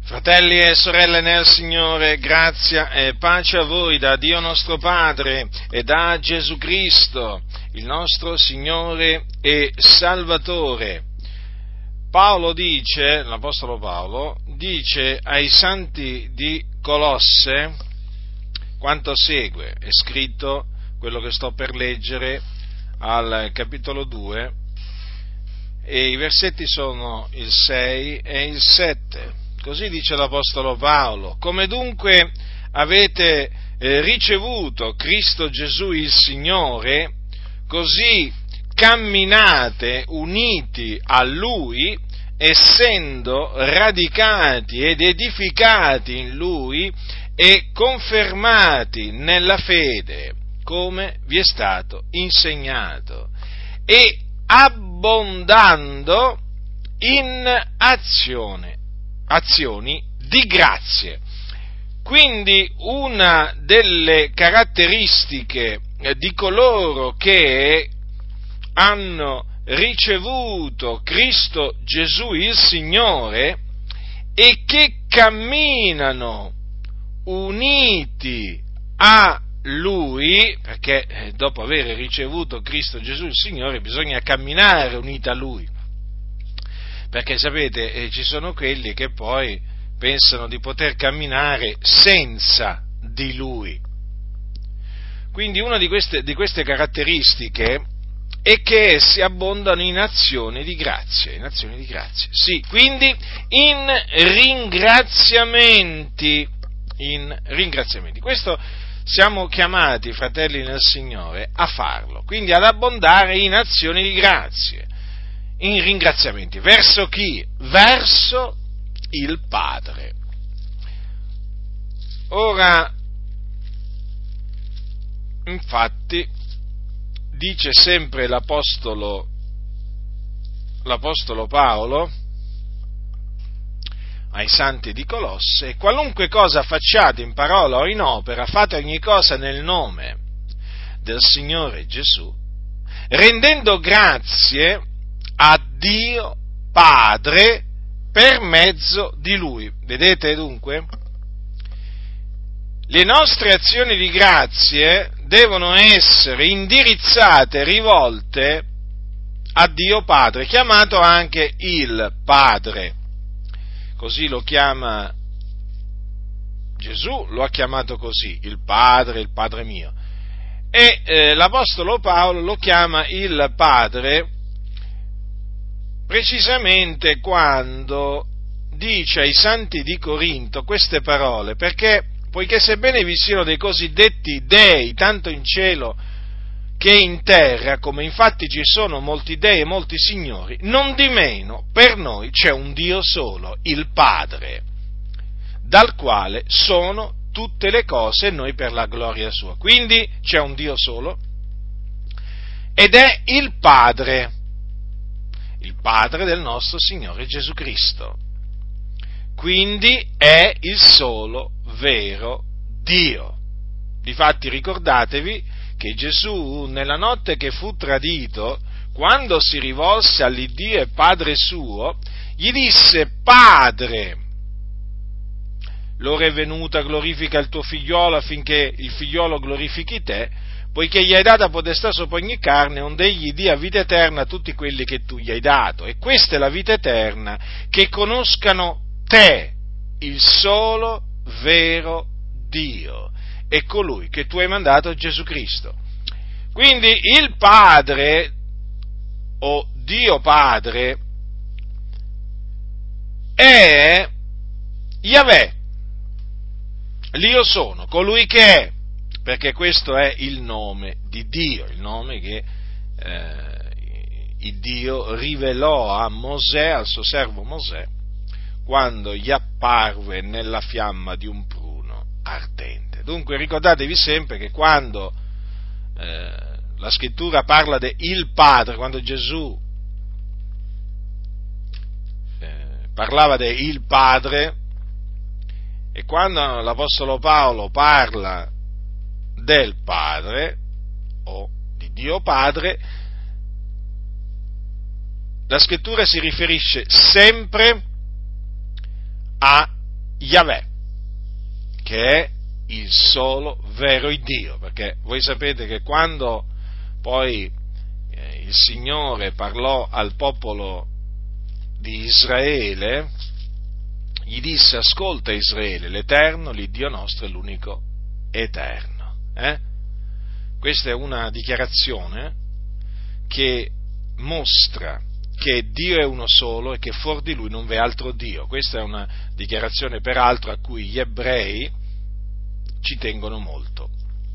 Fratelli e sorelle nel Signore, grazia e pace a voi da Dio nostro Padre e da Gesù Cristo, il nostro Signore e Salvatore. L'Apostolo Paolo dice ai santi di Colosse quanto segue. È scritto quello che sto per leggere al capitolo 2 e i versetti sono il 6 e il 7. Così dice l'Apostolo Paolo: come dunque avete ricevuto Cristo Gesù il Signore, così camminate uniti a Lui, essendo radicati ed edificati in Lui e confermati nella fede, come vi è stato insegnato, e abbondando in azioni di grazie. Quindi una delle caratteristiche di coloro che hanno ricevuto Cristo Gesù il Signore e che camminano uniti a Lui, perché dopo aver ricevuto Cristo Gesù il Signore bisogna camminare uniti a Lui, perché sapete, ci sono quelli che poi pensano di poter camminare senza di Lui. Quindi una di queste caratteristiche è che essi abbondano in azioni di grazia, sì, quindi in ringraziamenti. Questo siamo chiamati, fratelli nel Signore, a farlo, quindi ad abbondare in azioni di grazie, in ringraziamenti. Verso chi? Verso il Padre. Ora, infatti, dice sempre l'Apostolo Paolo ai santi di Colosse: qualunque cosa facciate in parola o in opera, fate ogni cosa nel nome del Signore Gesù, rendendo grazie a Dio Padre per mezzo di Lui. Vedete dunque? Le nostre azioni di grazie devono essere indirizzate, rivolte a Dio Padre, chiamato anche il Padre. Così lo chiama Gesù, lo ha chiamato così, il Padre mio. E l'Apostolo Paolo lo chiama il Padre precisamente quando dice ai santi di Corinto queste parole, poiché sebbene vi siano dei cosiddetti dei, tanto in cielo che in terra, come infatti ci sono molti dei e molti signori, nondimeno per noi c'è un Dio solo, il Padre, dal quale sono tutte le cose e noi per la gloria sua. Quindi c'è un Dio solo ed è il Padre del nostro Signore Gesù Cristo. Quindi è il solo vero Dio. Difatti ricordatevi che Gesù, nella notte che fu tradito, quando si rivolse all'Iddio e Padre suo, gli disse: Padre, l'ora è venuta, glorifica il tuo figliolo affinché il figliolo glorifichi te, poiché gli hai data potestà sopra ogni carne, onde egli dia vita eterna a tutti quelli che tu gli hai dato. E questa è la vita eterna, che conoscano te, il solo vero Dio, e colui che tu hai mandato, Gesù Cristo. Quindi il Padre, o Dio Padre, è Yahweh, l'Io sono, colui che è, perché questo è il nome di Dio, il nome che il Dio rivelò a Mosè, al suo servo Mosè, quando gli apparve nella fiamma di un pruno ardente. Dunque ricordatevi sempre che quando la scrittura parla del Padre, quando Gesù parlava del Padre, e quando l'Apostolo Paolo parla del Padre o di Dio Padre, la scrittura si riferisce sempre a Yahweh, che è il solo vero Dio, perché voi sapete che quando poi il Signore parlò al popolo di Israele, gli disse: ascolta Israele, l'Eterno, l'Iddio nostro è l'unico eterno. Questa è una dichiarazione che mostra che Dio è uno solo e che fuori di Lui non v'è altro Dio. Questa è una dichiarazione peraltro a cui gli ebrei ci tengono molto.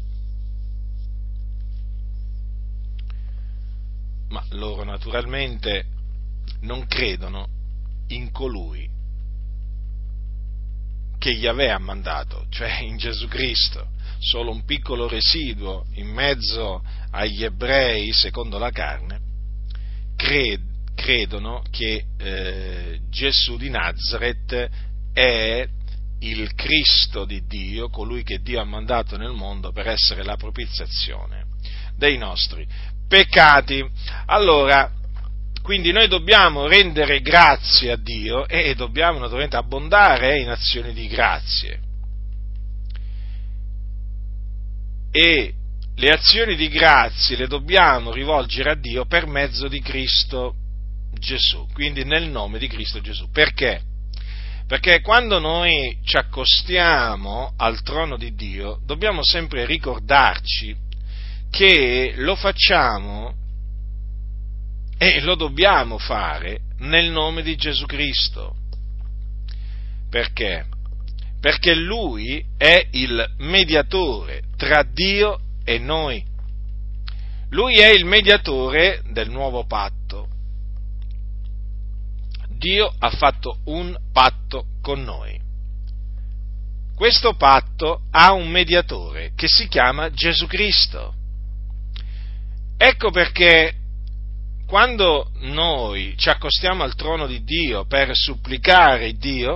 Ma loro naturalmente non credono in colui che Yahweh ha mandato, cioè in Gesù Cristo. Solo un piccolo residuo in mezzo agli ebrei secondo la carne credono che Gesù di Nazaret è il Cristo di Dio, colui che Dio ha mandato nel mondo per essere la propiziazione dei nostri peccati. Allora, quindi noi dobbiamo rendere grazie a Dio e dobbiamo naturalmente abbondare in azioni di grazie. E le azioni di grazie le dobbiamo rivolgere a Dio per mezzo di Cristo Gesù, quindi nel nome di Cristo Gesù. Perché? Perché quando noi ci accostiamo al trono di Dio dobbiamo sempre ricordarci che lo facciamo e lo dobbiamo fare nel nome di Gesù Cristo. Perché? Perché Lui è il mediatore tra Dio e noi. Lui è il mediatore del nuovo patto. Dio ha fatto un patto con noi. Questo patto ha un mediatore che si chiama Gesù Cristo. Ecco perché quando noi ci accostiamo al trono di Dio per supplicare Dio,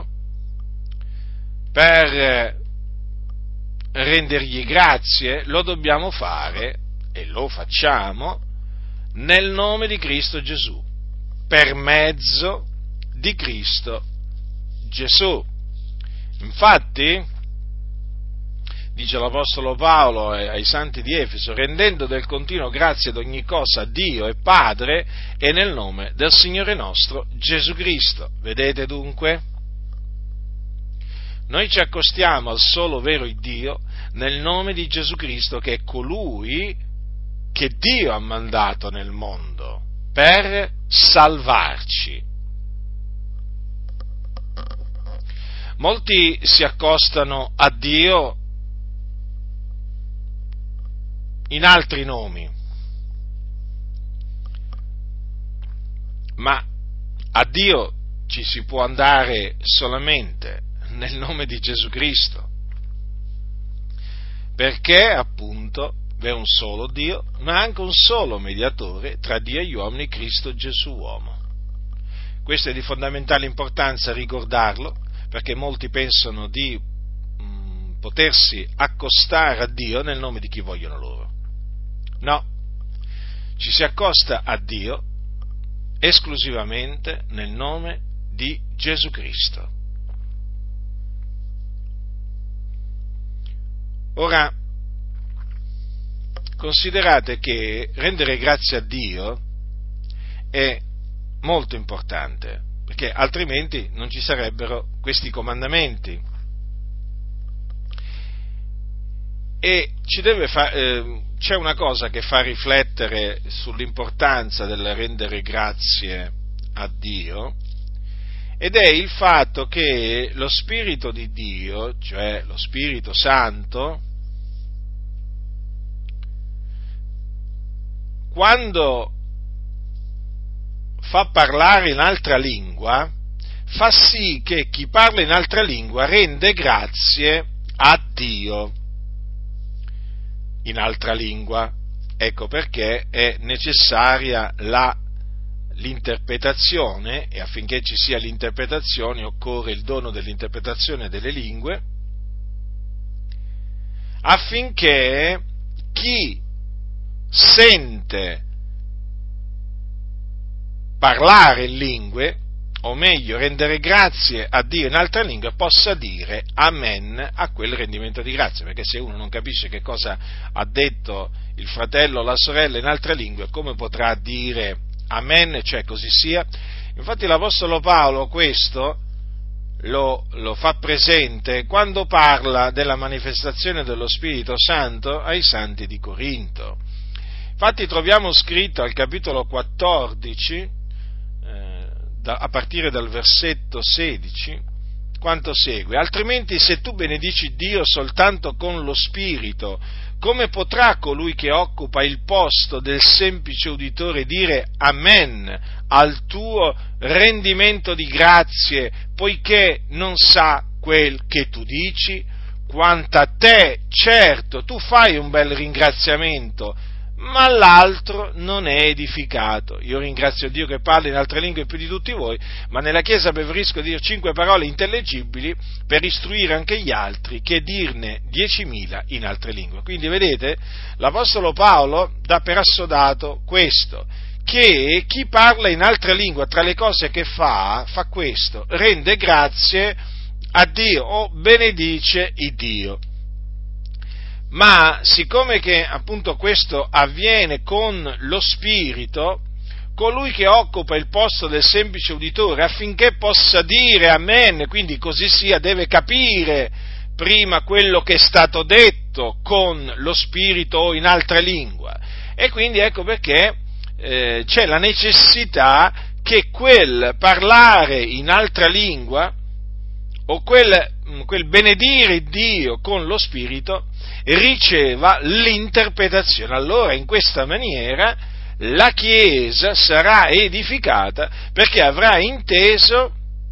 per rendergli grazie, lo dobbiamo fare, e lo facciamo, nel nome di Cristo Gesù, per mezzo di Cristo Gesù. Infatti, dice l'Apostolo Paolo ai santi di Efeso, rendendo del continuo grazie ad ogni cosa a Dio e Padre e nel nome del Signore nostro Gesù Cristo. Vedete dunque? Noi ci accostiamo al solo vero Dio nel nome di Gesù Cristo, che è colui che Dio ha mandato nel mondo per salvarci. Molti si accostano a Dio in altri nomi, ma a Dio ci si può andare solamente nel nome di Gesù Cristo, perché appunto v'è un solo Dio, ma anche un solo mediatore tra Dio e gli uomini, Cristo Gesù uomo. Questo è di fondamentale importanza ricordarlo, perché molti pensano di potersi accostare a Dio nel nome di chi vogliono loro. No, ci si accosta a Dio esclusivamente nel nome di Gesù Cristo. Ora, considerate che rendere grazie a Dio è molto importante, perché altrimenti non ci sarebbero questi comandamenti. E c'è una cosa che fa riflettere sull'importanza del rendere grazie a Dio, ed è il fatto che lo Spirito di Dio, cioè lo Spirito Santo, quando fa parlare in altra lingua, fa sì che chi parla in altra lingua rende grazie a Dio in altra lingua. Ecco perché è necessaria l'interpretazione, e affinché ci sia l'interpretazione occorre il dono dell'interpretazione delle lingue, affinché chi sente parlare in lingue o meglio rendere grazie a Dio in altre lingue, possa dire amen a quel rendimento di grazie, perché se uno non capisce che cosa ha detto il fratello o la sorella in altre lingue, come potrà dire amen, cioè così sia? Infatti l'Apostolo Paolo questo lo fa presente quando parla della manifestazione dello Spirito Santo ai santi di Corinto. Infatti troviamo scritto al capitolo 14, a partire dal versetto 16, quanto segue: altrimenti se tu benedici Dio soltanto con lo Spirito, come potrà colui che occupa il posto del semplice uditore dire amen al tuo rendimento di grazie, poiché non sa quel che tu dici? Quanto a te, certo, tu fai un bel ringraziamento, ma l'altro non è edificato. Io ringrazio Dio che parla in altre lingue più di tutti voi, ma nella Chiesa preferisco dire 5 parole intellegibili per istruire anche gli altri che dirne 10.000 in altre lingue. Quindi vedete, l'Apostolo Paolo dà per assodato questo, che chi parla in altre lingue, tra le cose che fa questo: rende grazie a Dio o benedice il Dio. Ma siccome che appunto questo avviene con lo Spirito, colui che occupa il posto del semplice uditore, affinché possa dire amen, quindi così sia, deve capire prima quello che è stato detto con lo Spirito o in altra lingua. E quindi ecco perché c'è la necessità che quel parlare in altra lingua o quel benedire Dio con lo Spirito riceva l'interpretazione. Allora in questa maniera la Chiesa sarà edificata, perché avrà inteso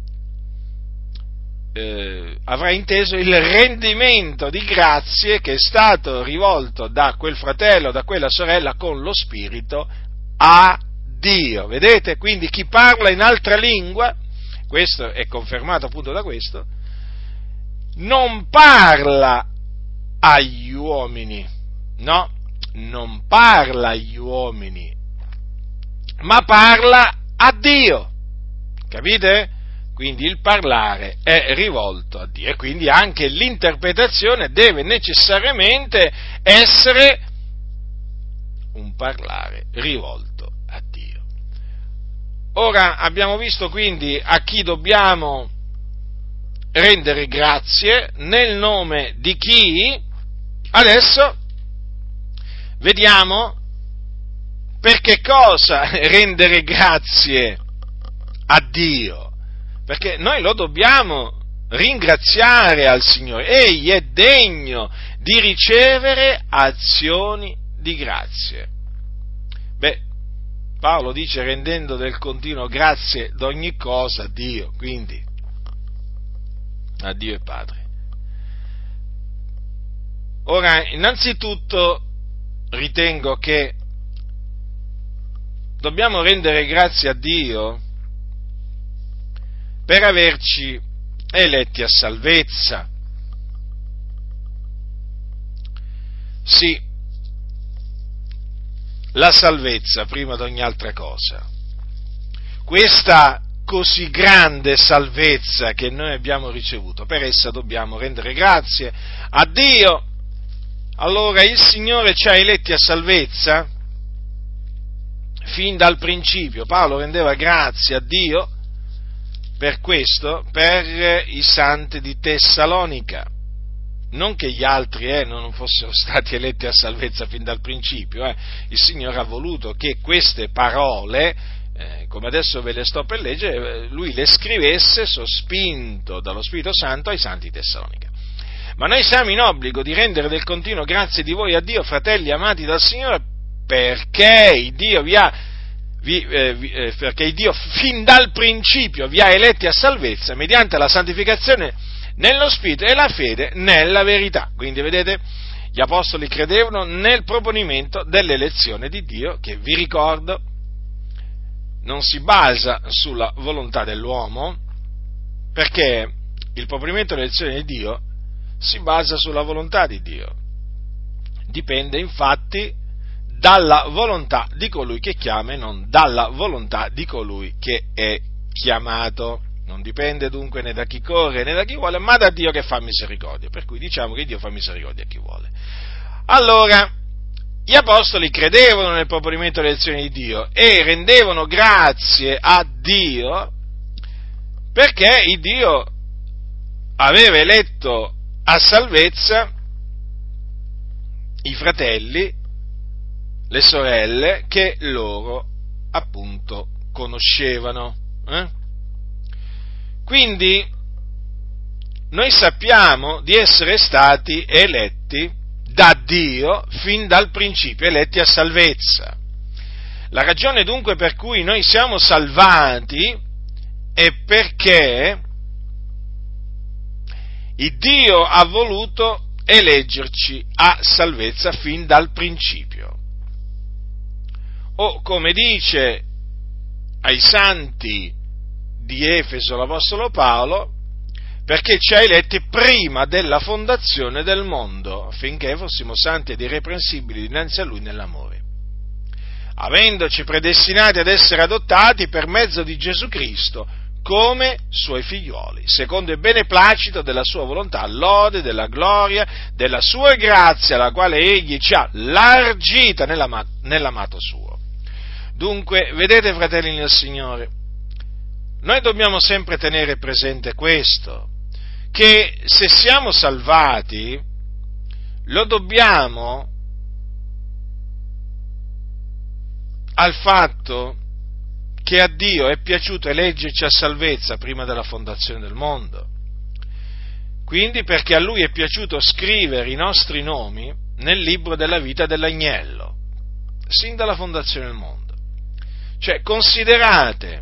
il rendimento di grazie che è stato rivolto da quel fratello, da quella sorella con lo Spirito a Dio. Vedete? Quindi chi parla in altra lingua, questo è confermato appunto da questo, non parla agli uomini, no, non parla agli uomini, ma parla a Dio, capite? Quindi il parlare è rivolto a Dio e quindi anche l'interpretazione deve necessariamente essere un parlare rivolto a Dio. Ora abbiamo visto quindi a chi dobbiamo rendere grazie, nel nome di chi. Adesso vediamo per che cosa rendere grazie a Dio, perché noi lo dobbiamo ringraziare al Signore, Egli è degno di ricevere azioni di grazie. Paolo dice rendendo del continuo grazie d'ogni cosa a Dio, quindi a Dio e Padre. Ora, innanzitutto ritengo che dobbiamo rendere grazie a Dio per averci eletti a salvezza. Sì, la salvezza prima di ogni altra cosa. Questa così grande salvezza che noi abbiamo ricevuto, per essa dobbiamo rendere grazie a Dio. Allora il Signore ci ha eletti a salvezza fin dal principio. Paolo rendeva grazie a Dio per questo, per i santi di Tessalonica. Non che gli altri non fossero stati eletti a salvezza fin dal principio. Il Signore ha voluto che queste parole, come adesso ve le sto per leggere, Lui le scrivesse sospinto dallo Spirito Santo ai santi di Tessalonica. Ma noi siamo in obbligo di rendere del continuo grazie di voi a Dio, fratelli amati dal Signore, perché Dio perché Dio fin dal principio vi ha eletti a salvezza mediante la santificazione nello Spirito e la fede nella verità. Quindi vedete, gli apostoli credevano nel proponimento dell'elezione di Dio, che vi ricordo non si basa sulla volontà dell'uomo, perché il proponimento dell'elezione di Dio si basa sulla volontà di Dio. Dipende infatti dalla volontà di colui che chiama e non dalla volontà di colui che è chiamato. Non dipende dunque né da chi corre né da chi vuole, ma da Dio che fa misericordia. Per cui diciamo che Dio fa misericordia a chi vuole. Allora, gli apostoli credevano nel proponimento delle elezioni di Dio e rendevano grazie a Dio perché il Dio aveva eletto a salvezza i fratelli, le sorelle che loro appunto conoscevano. Quindi noi sappiamo di essere stati eletti da Dio fin dal principio, eletti a salvezza. La ragione dunque per cui noi siamo salvati è perché il Dio ha voluto eleggerci a salvezza fin dal principio. O come dice ai santi di Efeso l'Apostolo Paolo, perché ci ha eletti prima della fondazione del mondo, affinché fossimo santi ed irreprensibili dinanzi a Lui nell'amore, avendoci predestinati ad essere adottati per mezzo di Gesù Cristo come Suoi figlioli, secondo il beneplacito della Sua volontà, all'ode della gloria della Sua grazia, la quale Egli ci ha largita nell'amato Suo. Dunque, vedete, fratelli nel Signore, noi dobbiamo sempre tenere presente questo, che se siamo salvati, lo dobbiamo al fatto che a Dio è piaciuto eleggerci a salvezza prima della fondazione del mondo. Quindi perché a Lui è piaciuto scrivere i nostri nomi nel libro della vita dell'agnello, sin dalla fondazione del mondo. Cioè, considerate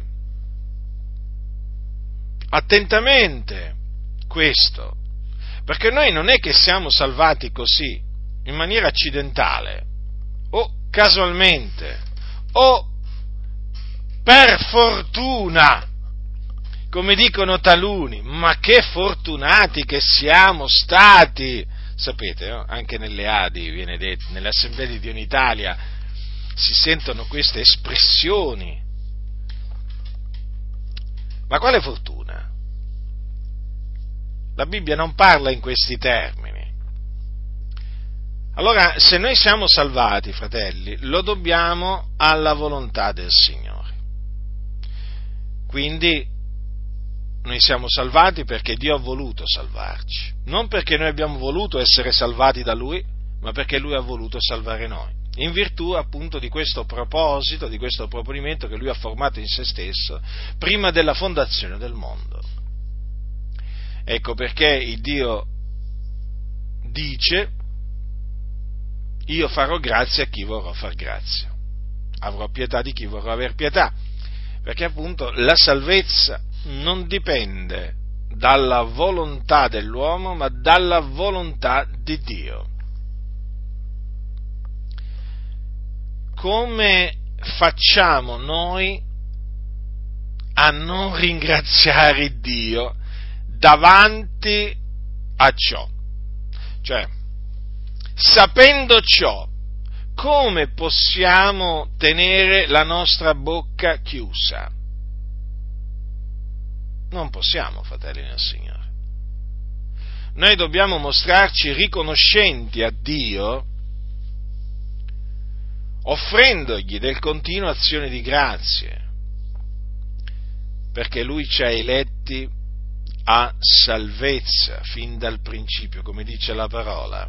attentamente questo, perché noi non è che siamo salvati così, in maniera accidentale, o casualmente, o per fortuna, come dicono taluni, ma che fortunati che siamo stati! Sapete, no? Anche nelle Adi viene detto, nelle assemblee di Dio in Italia si sentono queste espressioni. Ma quale fortuna? La Bibbia non parla in questi termini. Allora, se noi siamo salvati, fratelli, lo dobbiamo alla volontà del Signore. Quindi, noi siamo salvati perché Dio ha voluto salvarci, non perché noi abbiamo voluto essere salvati da Lui, ma perché Lui ha voluto salvare noi, in virtù appunto di questo proposito, di questo proponimento che Lui ha formato in se stesso prima della fondazione del mondo. Ecco perché il Dio dice: io farò grazia a chi vorrò far grazia, avrò pietà di chi vorrò aver pietà, perché appunto la salvezza non dipende dalla volontà dell'uomo, ma dalla volontà di Dio. Come facciamo noi a non ringraziare Dio davanti a ciò? Cioè, sapendo ciò, come possiamo tenere la nostra bocca chiusa? Non possiamo, fratelli nel Signore. Noi dobbiamo mostrarci riconoscenti a Dio, offrendogli del continuo azione di grazie, perché Lui ci ha eletti a salvezza fin dal principio, come dice la parola.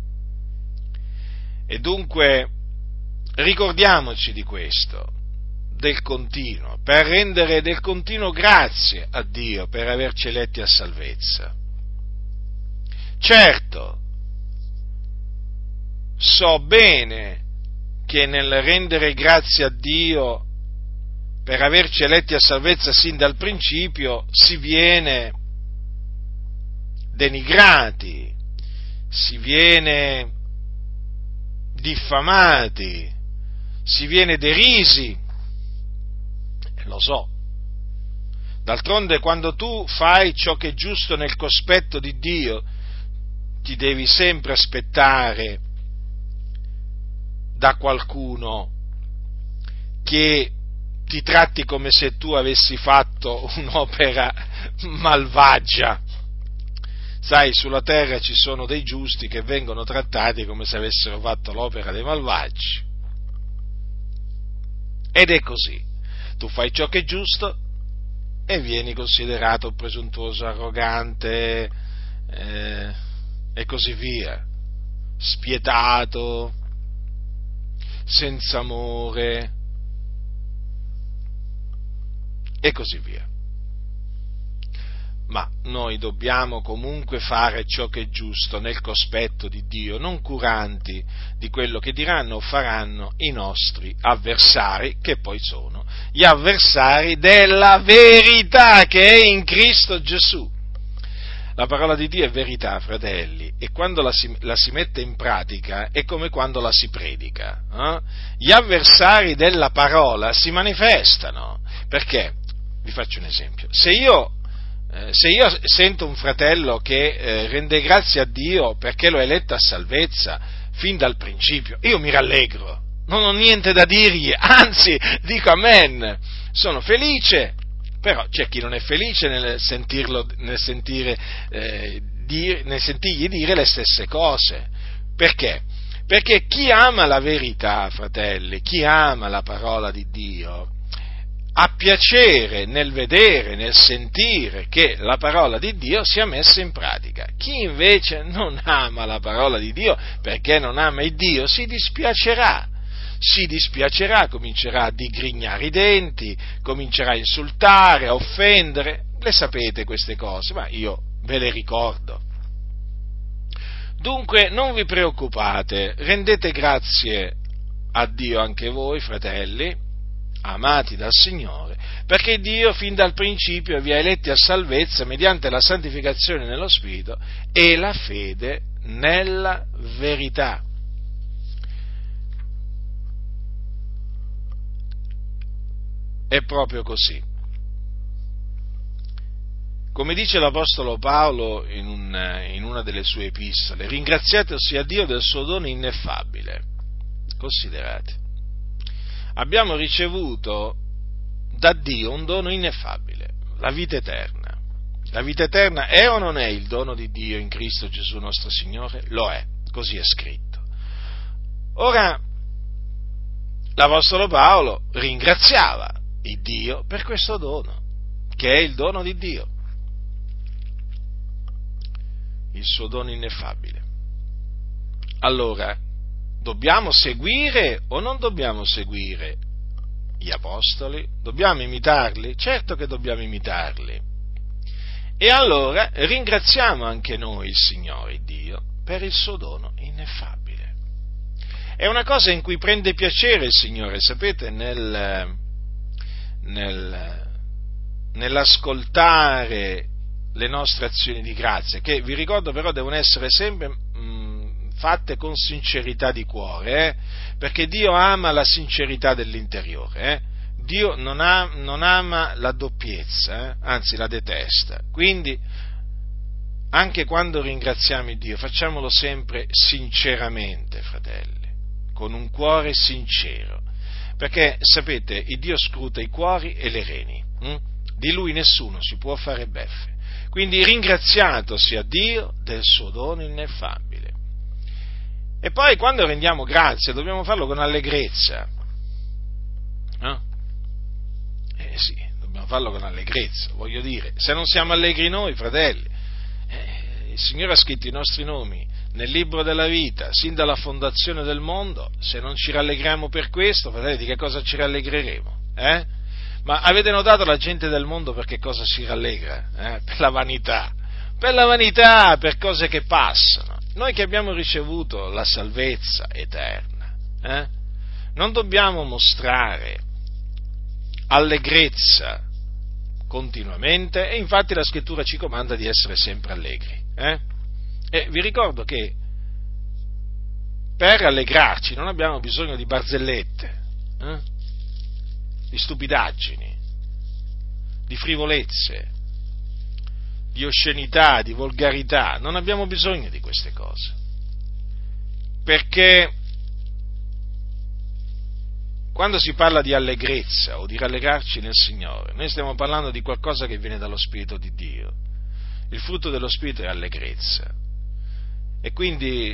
E dunque ricordiamoci di questo, del continuo, per rendere del continuo grazie a Dio per averci eletti a salvezza. Certo, so bene che nel rendere grazie a Dio per averci eletti a salvezza sin dal principio si viene denigrati, si viene diffamati, si viene derisi, lo so. D'altronde quando tu fai ciò che è giusto nel cospetto di Dio, ti devi sempre aspettare da qualcuno che ti tratti come se tu avessi fatto un'opera malvagia. Sai, sulla terra ci sono dei giusti che vengono trattati come se avessero fatto l'opera dei malvagi. Ed è così. Tu fai ciò che è giusto e vieni considerato presuntuoso, arrogante, e così via, spietato, senza amore, e così via. Ma noi dobbiamo comunque fare ciò che è giusto nel cospetto di Dio, non curanti di quello che diranno o faranno i nostri avversari, che poi sono gli avversari della verità che è in Cristo Gesù. La parola di Dio è verità, fratelli, e quando la si mette in pratica è come quando la si predica. Gli avversari della parola si manifestano, perché, vi faccio un esempio, se io sento un fratello che rende grazie a Dio perché lo ha eletto a salvezza fin dal principio, io mi rallegro, non ho niente da dirgli, anzi dico amen, sono felice. Però c'è chi non è felice nel sentirgli dire le stesse cose. Perché? Perché chi ama la verità, fratelli, chi ama la parola di Dio, ha piacere nel vedere, nel sentire che la parola di Dio sia messa in pratica. Chi invece non ama la parola di Dio perché non ama il Dio si dispiacerà, comincerà a digrignare i denti, comincerà a insultare, a offendere. Le sapete queste cose, ma io ve le ricordo. Dunque non vi preoccupate, rendete grazie a Dio anche voi, fratelli, amati dal Signore, perché Dio fin dal principio vi ha eletti a salvezza mediante la santificazione nello Spirito e la fede nella verità. È proprio così. Come dice l'Apostolo Paolo in una delle sue epistole, ringraziate sia Dio del suo dono ineffabile. Considerate, abbiamo ricevuto da Dio un dono ineffabile, la vita eterna. La vita eterna è o non è il dono di Dio in Cristo Gesù nostro Signore? Lo è, così è scritto. Ora, l'Apostolo Paolo ringraziava il Dio per questo dono, che è il dono di Dio, il suo dono ineffabile. Allora, dobbiamo seguire o non dobbiamo seguire gli apostoli? Dobbiamo imitarli? Certo che dobbiamo imitarli. E allora ringraziamo anche noi il Signore Dio per il suo dono ineffabile. È una cosa in cui prende piacere il Signore, sapete, nell'ascoltare le nostre azioni di grazia, che vi ricordo però devono essere sempre fatte con sincerità di cuore, perché Dio ama la sincerità dell'interiore, Dio non ama la doppiezza, anzi la detesta. Quindi anche quando ringraziamo Dio facciamolo sempre sinceramente, fratelli, con un cuore sincero, perché sapete, il Dio scruta i cuori e le reni, di Lui nessuno si può fare beffe. Quindi ringraziato sia Dio del suo dono ineffabile. E poi quando rendiamo grazie dobbiamo farlo con allegrezza. Sì, dobbiamo farlo con allegrezza, voglio dire, se non siamo allegri noi, fratelli, il Signore ha scritto i nostri nomi nel libro della vita, sin dalla fondazione del mondo. Se non ci rallegriamo per questo, fratelli, di che cosa ci rallegreremo? Ma avete notato la gente del mondo per che cosa si rallegra? Per la vanità, per cose che passano. Noi che abbiamo ricevuto la salvezza eterna, non dobbiamo mostrare allegrezza continuamente, e infatti la Scrittura ci comanda di essere sempre allegri. E vi ricordo che per rallegrarci non abbiamo bisogno di barzellette, di stupidaggini, di frivolezze, di oscenità, di volgarità. Non abbiamo bisogno di queste cose, perché quando si parla di allegrezza o di rallegrarci nel Signore, noi stiamo parlando di qualcosa che viene dallo Spirito di Dio. Il frutto dello Spirito è allegrezza. E quindi,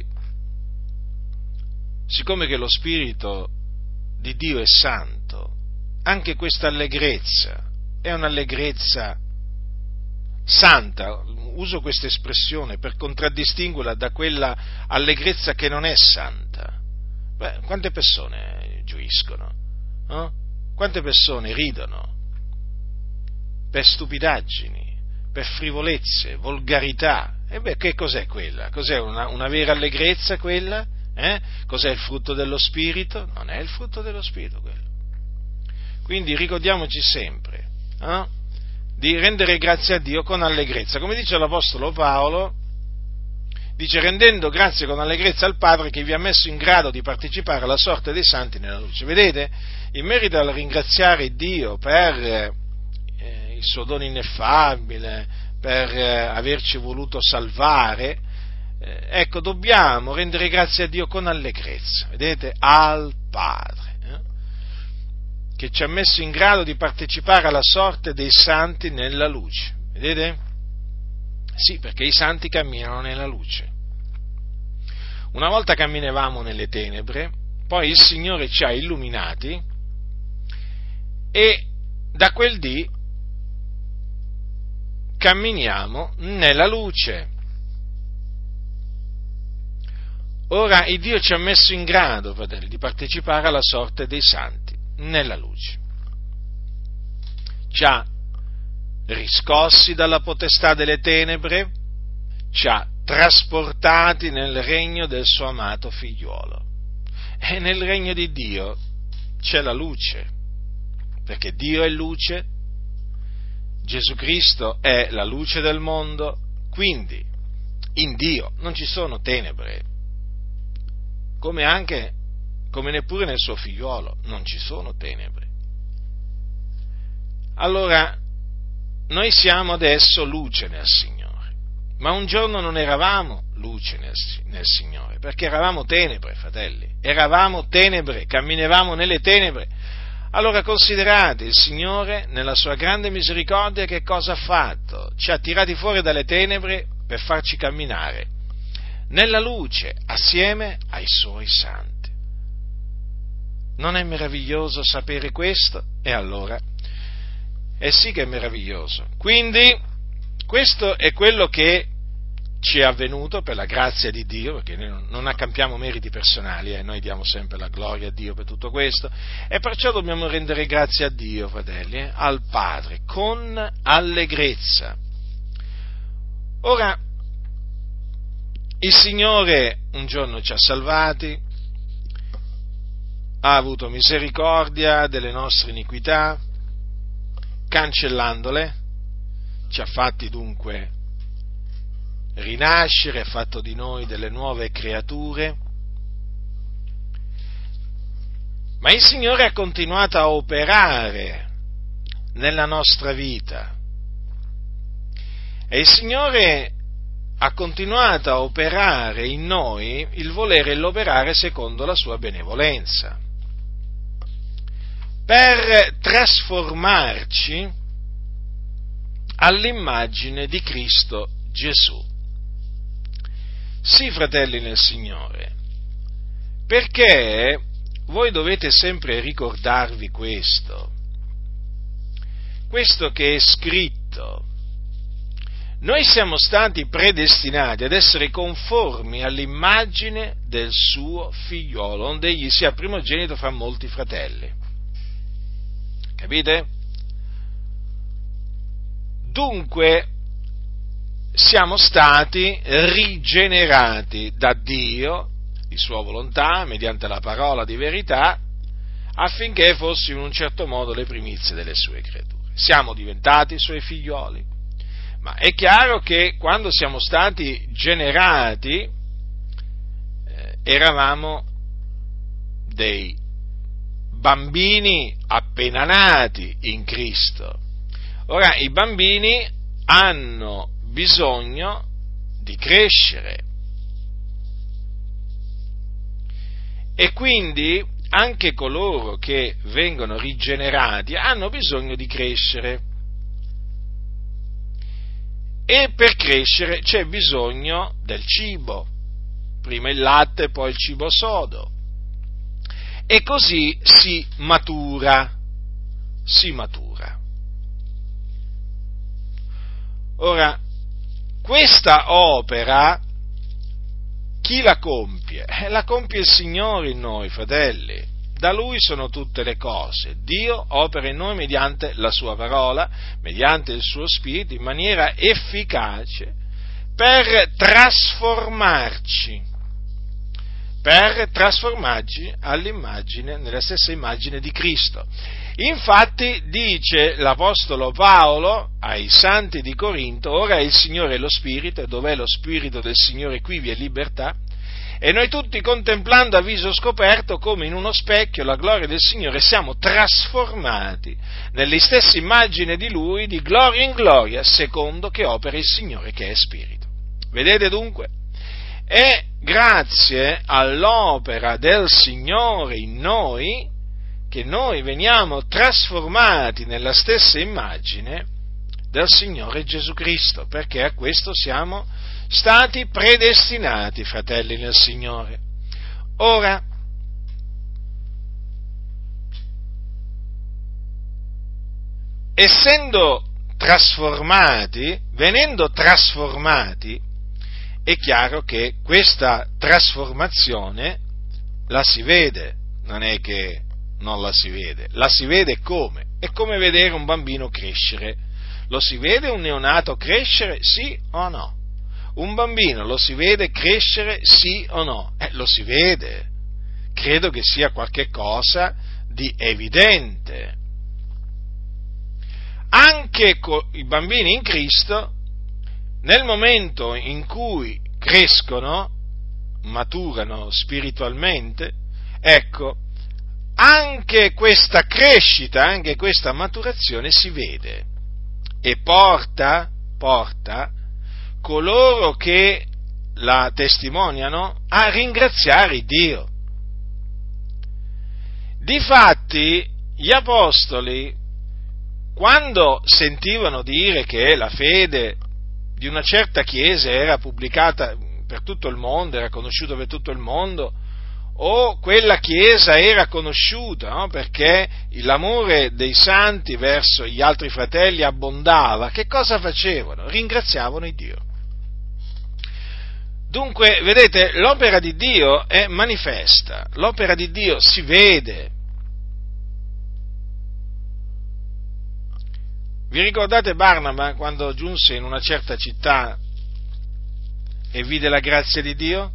siccome che lo Spirito di Dio è santo, anche questa allegrezza è un'allegrezza santa. Uso questa espressione per contraddistinguerla da quella allegrezza che non è santa. Beh, quante persone gioiscono? No? Quante persone ridono per stupidaggini, per frivolezze, volgarità? E beh, che cos'è quella? Cos'è una vera allegrezza quella? Cos'è il frutto dello Spirito? Non è il frutto dello Spirito quello. Quindi ricordiamoci sempre di rendere grazie a Dio con allegrezza. Come dice l'Apostolo Paolo, dice: rendendo grazie con allegrezza al Padre che vi ha messo in grado di partecipare alla sorte dei santi nella luce. Vedete, in merito al ringraziare Dio per il suo dono ineffabile, per averci voluto salvare, ecco, dobbiamo rendere grazie a Dio con allegrezza, vedete, al Padre, che ci ha messo in grado di partecipare alla sorte dei santi nella luce, vedete? Sì, perché i santi camminano nella luce. Una volta camminavamo nelle tenebre, poi il Signore ci ha illuminati e da quel dì camminiamo nella luce. Ora il Dio ci ha messo in grado, fratelli, di partecipare alla sorte dei santi nella luce. Ci ha riscossi dalla potestà delle tenebre, ci ha trasportati nel regno del suo amato figliuolo. E nel regno di Dio c'è la luce, perché Dio è luce, Gesù Cristo è la luce del mondo, quindi in Dio non ci sono tenebre, come neppure nel suo figliuolo non ci sono tenebre. Allora, noi siamo adesso luce nel Signore, ma un giorno non eravamo luce nel Signore, perché eravamo tenebre, fratelli, eravamo tenebre, camminavamo nelle tenebre. Allora considerate, il Signore, nella sua grande misericordia, che cosa ha fatto? Ci ha tirati fuori dalle tenebre per farci camminare nella luce, assieme ai Suoi santi. Non è meraviglioso sapere questo? E allora? Sì che è meraviglioso. Quindi, questo è quello che ci è avvenuto per la grazia di Dio, perché noi non accampiamo meriti personali, noi diamo sempre la gloria a Dio per tutto questo, e perciò dobbiamo rendere grazie a Dio, fratelli, al Padre, con allegrezza. Ora, il Signore un giorno ci ha salvati, ha avuto misericordia delle nostre iniquità, cancellandole, ci ha fatti dunque rinascere, ha fatto di noi delle nuove creature, ma il Signore ha continuato a operare nella nostra vita e il Signore ha continuato a operare in noi il volere e l'operare secondo la sua benevolenza, per trasformarci all'immagine di Cristo Gesù. Sì, fratelli nel Signore, perché voi dovete sempre ricordarvi questo che è scritto: noi siamo stati predestinati ad essere conformi all'immagine del suo figliolo, onde egli sia primogenito fra molti fratelli. Capite? Dunque, siamo stati rigenerati da Dio, di sua volontà, mediante la parola di verità, affinché fossimo in un certo modo le primizie delle sue creature. Siamo diventati suoi figlioli, ma è chiaro che quando siamo stati generati eravamo dei bambini appena nati in Cristo. Ora, i bambini hanno bisogno di crescere e quindi anche coloro che vengono rigenerati hanno bisogno di crescere. E per crescere c'è bisogno del cibo, prima il latte, poi il cibo sodo. E così si matura. Ora, questa opera, chi la compie? La compie il Signore in noi, fratelli. Da Lui sono tutte le cose. Dio opera in noi mediante la Sua parola, mediante il Suo Spirito, in maniera efficace per trasformarci all'immagine, nella stessa immagine di Cristo. Infatti dice l'Apostolo Paolo ai santi di Corinto: ora il Signore è lo Spirito, e dov'è lo Spirito del Signore qui vi è libertà, e noi tutti, contemplando a viso scoperto come in uno specchio la gloria del Signore, siamo trasformati nelle stesse immagini di Lui, di gloria in gloria, secondo che opera il Signore che è Spirito. Vedete dunque? È grazie all'opera del Signore in noi che noi veniamo trasformati nella stessa immagine del Signore Gesù Cristo, perché a questo siamo stati predestinati, fratelli nel Signore. Ora, venendo trasformati, è chiaro che questa trasformazione la si vede, non è che non la si vede come? È come vedere un bambino crescere. Lo si vede un neonato crescere, sì o no? Un bambino lo si vede crescere, sì o no? Lo si vede. Credo che sia qualche cosa di evidente. Anche i bambini in Cristo, nel momento in cui crescono, maturano spiritualmente, ecco, anche questa crescita, anche questa maturazione si vede e porta coloro che la testimoniano a ringraziare Dio. Difatti, gli apostoli, quando sentivano dire che la fede di una certa chiesa era pubblicata per tutto il mondo, era conosciuta per tutto il mondo, o quella chiesa era conosciuta, no? Perché l'amore dei santi verso gli altri fratelli abbondava, che cosa facevano? Ringraziavano il Dio. Dunque, vedete, l'opera di Dio è manifesta, l'opera di Dio si vede. Vi ricordate Barnaba quando giunse in una certa città e vide la grazia di Dio?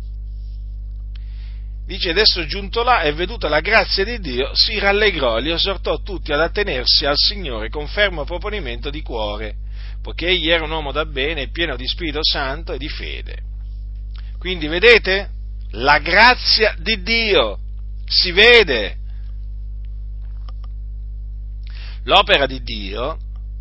Dice: adesso giunto là e veduta la grazia di Dio, si rallegrò e li esortò tutti ad attenersi al Signore con fermo proponimento di cuore, poiché egli era un uomo da bene, pieno di Spirito Santo e di fede. Quindi vedete? La grazia di Dio si vede. L'opera di Dio,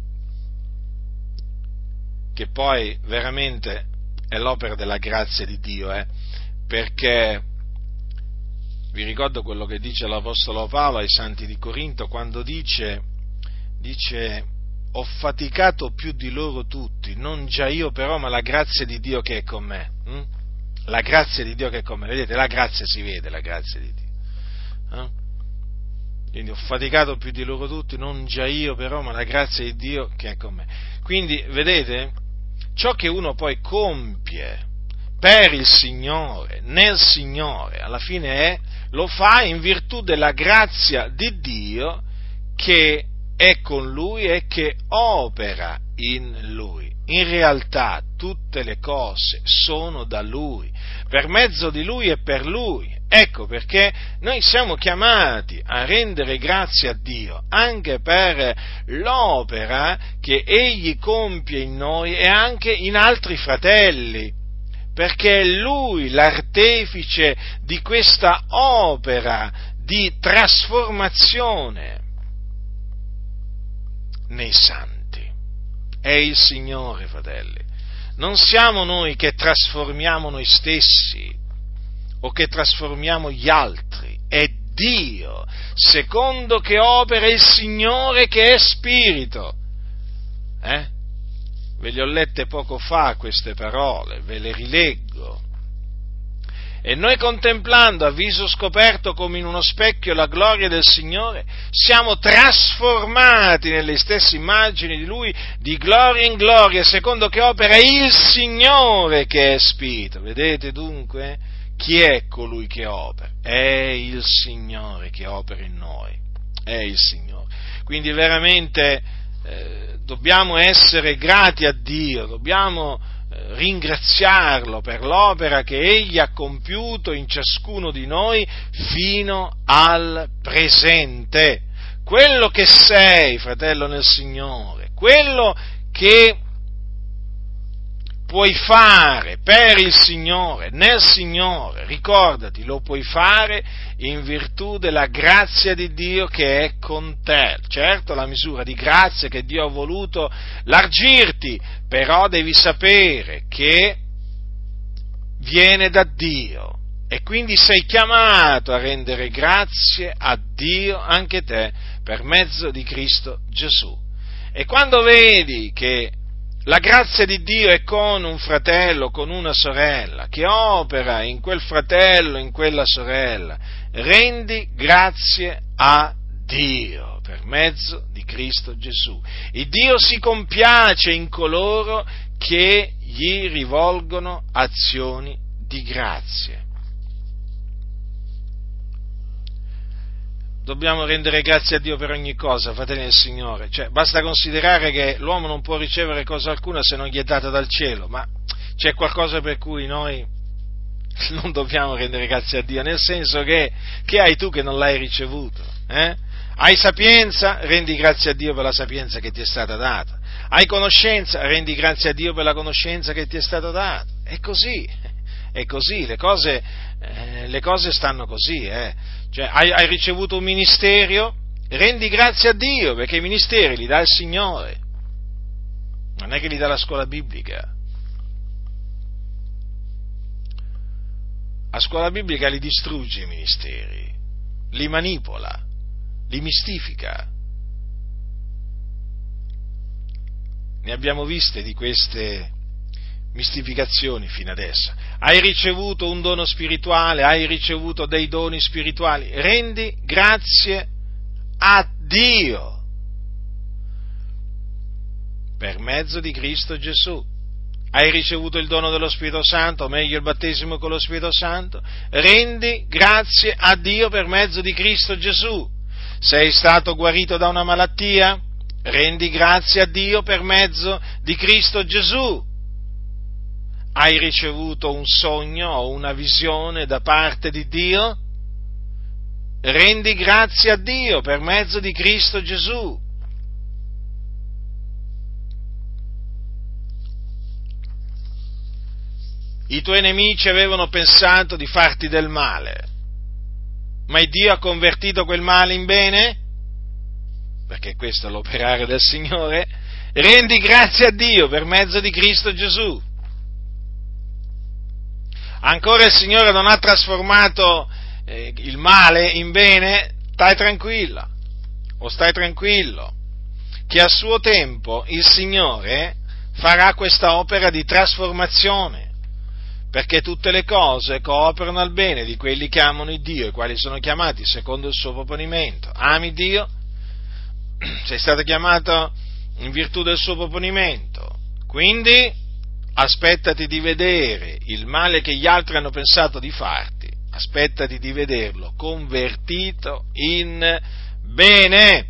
che poi veramente è l'opera della grazia di Dio, perché vi ricordo quello che dice l'Apostolo Paolo ai santi di Corinto, quando dice ho faticato più di loro tutti, non già io però, ma la grazia di Dio che è con me. La grazia di Dio che è con me. Vedete, la grazia si vede, la grazia di Dio. Quindi ho faticato più di loro tutti, non già io però, ma la grazia di Dio che è con me. Quindi, vedete, ciò che uno poi compie per il Signore, nel Signore, alla fine lo fa in virtù della grazia di Dio che è con lui e che opera in lui. In realtà tutte le cose sono da Lui, per mezzo di Lui e per Lui. Ecco perché noi siamo chiamati a rendere grazie a Dio anche per l'opera che Egli compie in noi e anche in altri fratelli, perché è Lui l'artefice di questa opera di trasformazione nei santi. È il Signore, fratelli. Non siamo noi che trasformiamo noi stessi o che trasformiamo gli altri, è Dio, secondo che opera il Signore che è Spirito. Ve le ho lette poco fa queste parole, ve le rileggo. E noi, contemplando a viso scoperto come in uno specchio la gloria del Signore, siamo trasformati nelle stesse immagini di Lui, di gloria in gloria, secondo che opera il Signore che è Spirito. Vedete dunque? Chi è colui che opera? È il Signore che opera in noi. È il Signore. Quindi veramente dobbiamo essere grati a Dio, dobbiamo ringraziarlo per l'opera che Egli ha compiuto in ciascuno di noi fino al presente. Quello che sei, fratello nel Signore, quello che puoi fare per il Signore, nel Signore, ricordati, lo puoi fare in virtù della grazia di Dio che è con te. Certo, la misura di grazia che Dio ha voluto largirti, però devi sapere che viene da Dio e quindi sei chiamato a rendere grazie a Dio anche te per mezzo di Cristo Gesù. E quando vedi che la grazia di Dio è con un fratello, con una sorella, che opera in quel fratello, in quella sorella, rendi grazie a Dio per mezzo di Cristo Gesù. Il Dio si compiace in coloro che gli rivolgono azioni di grazie. Dobbiamo rendere grazie a Dio per ogni cosa, fratelli del Signore. Cioè, basta considerare che l'uomo non può ricevere cosa alcuna se non gli è data dal cielo, ma c'è qualcosa per cui noi non dobbiamo rendere grazie a Dio, nel senso che hai tu che non l'hai ricevuto? Hai sapienza? Rendi grazie a Dio per la sapienza che ti è stata data. Hai conoscenza? Rendi grazie a Dio per la conoscenza che ti è stata data. È così, le cose stanno così, Cioè, hai ricevuto un ministero? Rendi grazie a Dio, perché i ministeri li dà il Signore, non è che li dà la scuola biblica. La scuola biblica li distrugge i ministeri, li manipola, li mistifica. Ne abbiamo viste di queste mistificazioni fino adesso. Hai ricevuto un dono spirituale, hai ricevuto dei doni spirituali, rendi grazie a Dio per mezzo di Cristo Gesù. Hai ricevuto il dono dello Spirito Santo, o meglio il battesimo con lo Spirito Santo, rendi grazie a Dio per mezzo di Cristo Gesù. Sei stato guarito da una malattia, rendi grazie a Dio per mezzo di Cristo Gesù. Hai ricevuto un sogno o una visione da parte di Dio? Rendi grazie a Dio per mezzo di Cristo Gesù. I tuoi nemici avevano pensato di farti del male, ma il Dio ha convertito quel male in bene? Perché questo è l'operare del Signore. Rendi grazie a Dio per mezzo di Cristo Gesù. Ancora il Signore non ha trasformato il male in bene? Stai tranquilla, o stai tranquillo, che a suo tempo il Signore farà questa opera di trasformazione, perché tutte le cose cooperano al bene di quelli che amano il Dio, i quali sono chiamati secondo il suo proponimento. Ami Dio? Sei stato chiamato in virtù del suo proponimento, quindi aspettati di vedere il male che gli altri hanno pensato di farti, aspettati di vederlo convertito in bene.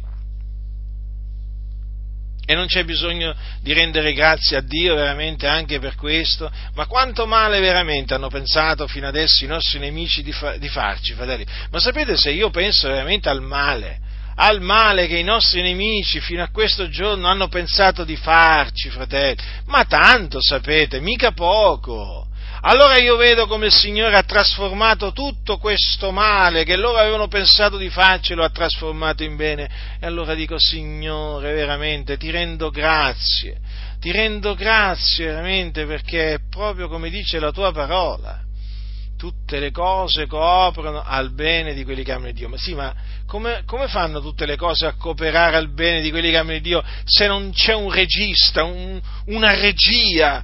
E non c'è bisogno di rendere grazie a Dio veramente anche per questo, ma quanto male veramente hanno pensato fino adesso i nostri nemici di farci, fratelli. Ma sapete, se io penso veramente al male che i nostri nemici fino a questo giorno hanno pensato di farci, fratelli, ma tanto, sapete, mica poco. Allora io vedo come il Signore ha trasformato tutto questo male che loro avevano pensato di farci, lo ha trasformato in bene, e allora dico: Signore, veramente ti rendo grazie veramente, perché è proprio come dice la tua parola. tutte le cose cooperano al bene di quelli che amano Dio. Ma sì, ma come fanno tutte le cose a cooperare al bene di quelli che amano Dio se non c'è un regista, una regia,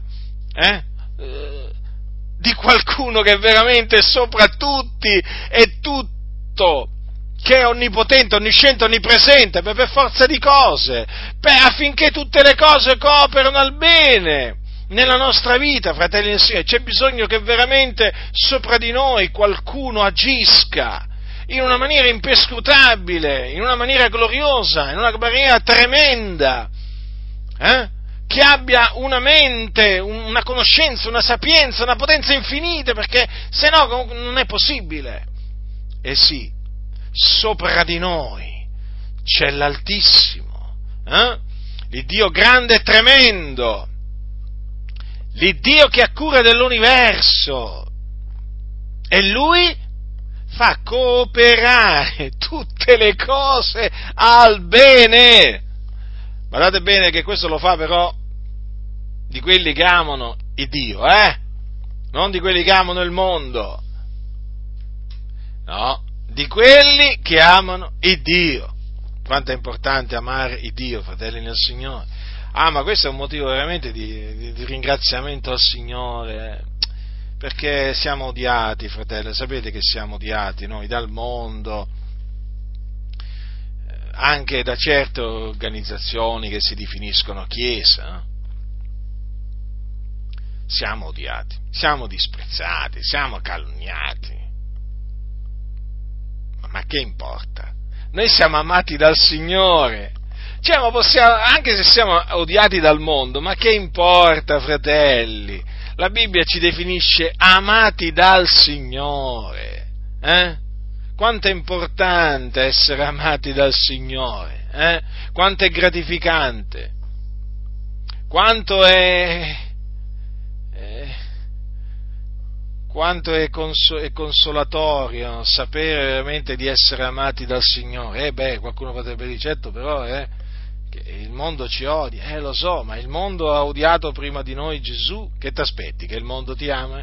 di qualcuno che veramente è sopra tutti e tutto, che è onnipotente, onnisciente, onnipresente, per forza di cose, affinché tutte le cose cooperano al bene nella nostra vita, fratelli e signori. C'è bisogno che veramente sopra di noi qualcuno agisca in una maniera imperscrutabile, in una maniera gloriosa, in una maniera tremenda, che abbia una mente, una conoscenza, una sapienza, una potenza infinite, perché se no non è possibile. E sì, sopra di noi c'è l'Altissimo, l'Iddio grande e tremendo, l'Iddio che ha cura dell'universo, e Lui fa cooperare tutte le cose al bene. Guardate bene che questo lo fa però di quelli che amano il Dio, non di quelli che amano il mondo, no, di quelli che amano il Dio. Quanto è importante amare il Dio, fratelli nel Signore. Ma questo è un motivo veramente di ringraziamento al Signore, perché siamo odiati, fratelli, sapete che siamo odiati noi dal mondo, anche da certe organizzazioni che si definiscono Chiesa. Siamo odiati, siamo disprezzati, siamo calunniati. Ma che importa? Noi siamo amati dal Signore. Ma possiamo, anche se siamo odiati dal mondo, ma che importa, fratelli? La Bibbia ci definisce amati dal Signore. Quanto è importante essere amati dal Signore, quanto è gratificante, quanto è consolatorio sapere veramente di essere amati dal Signore. Qualcuno potrebbe dire, certo, però che il mondo ci odia, lo so, ma il mondo ha odiato prima di noi Gesù. Che ti aspetti? Che il mondo ti ama?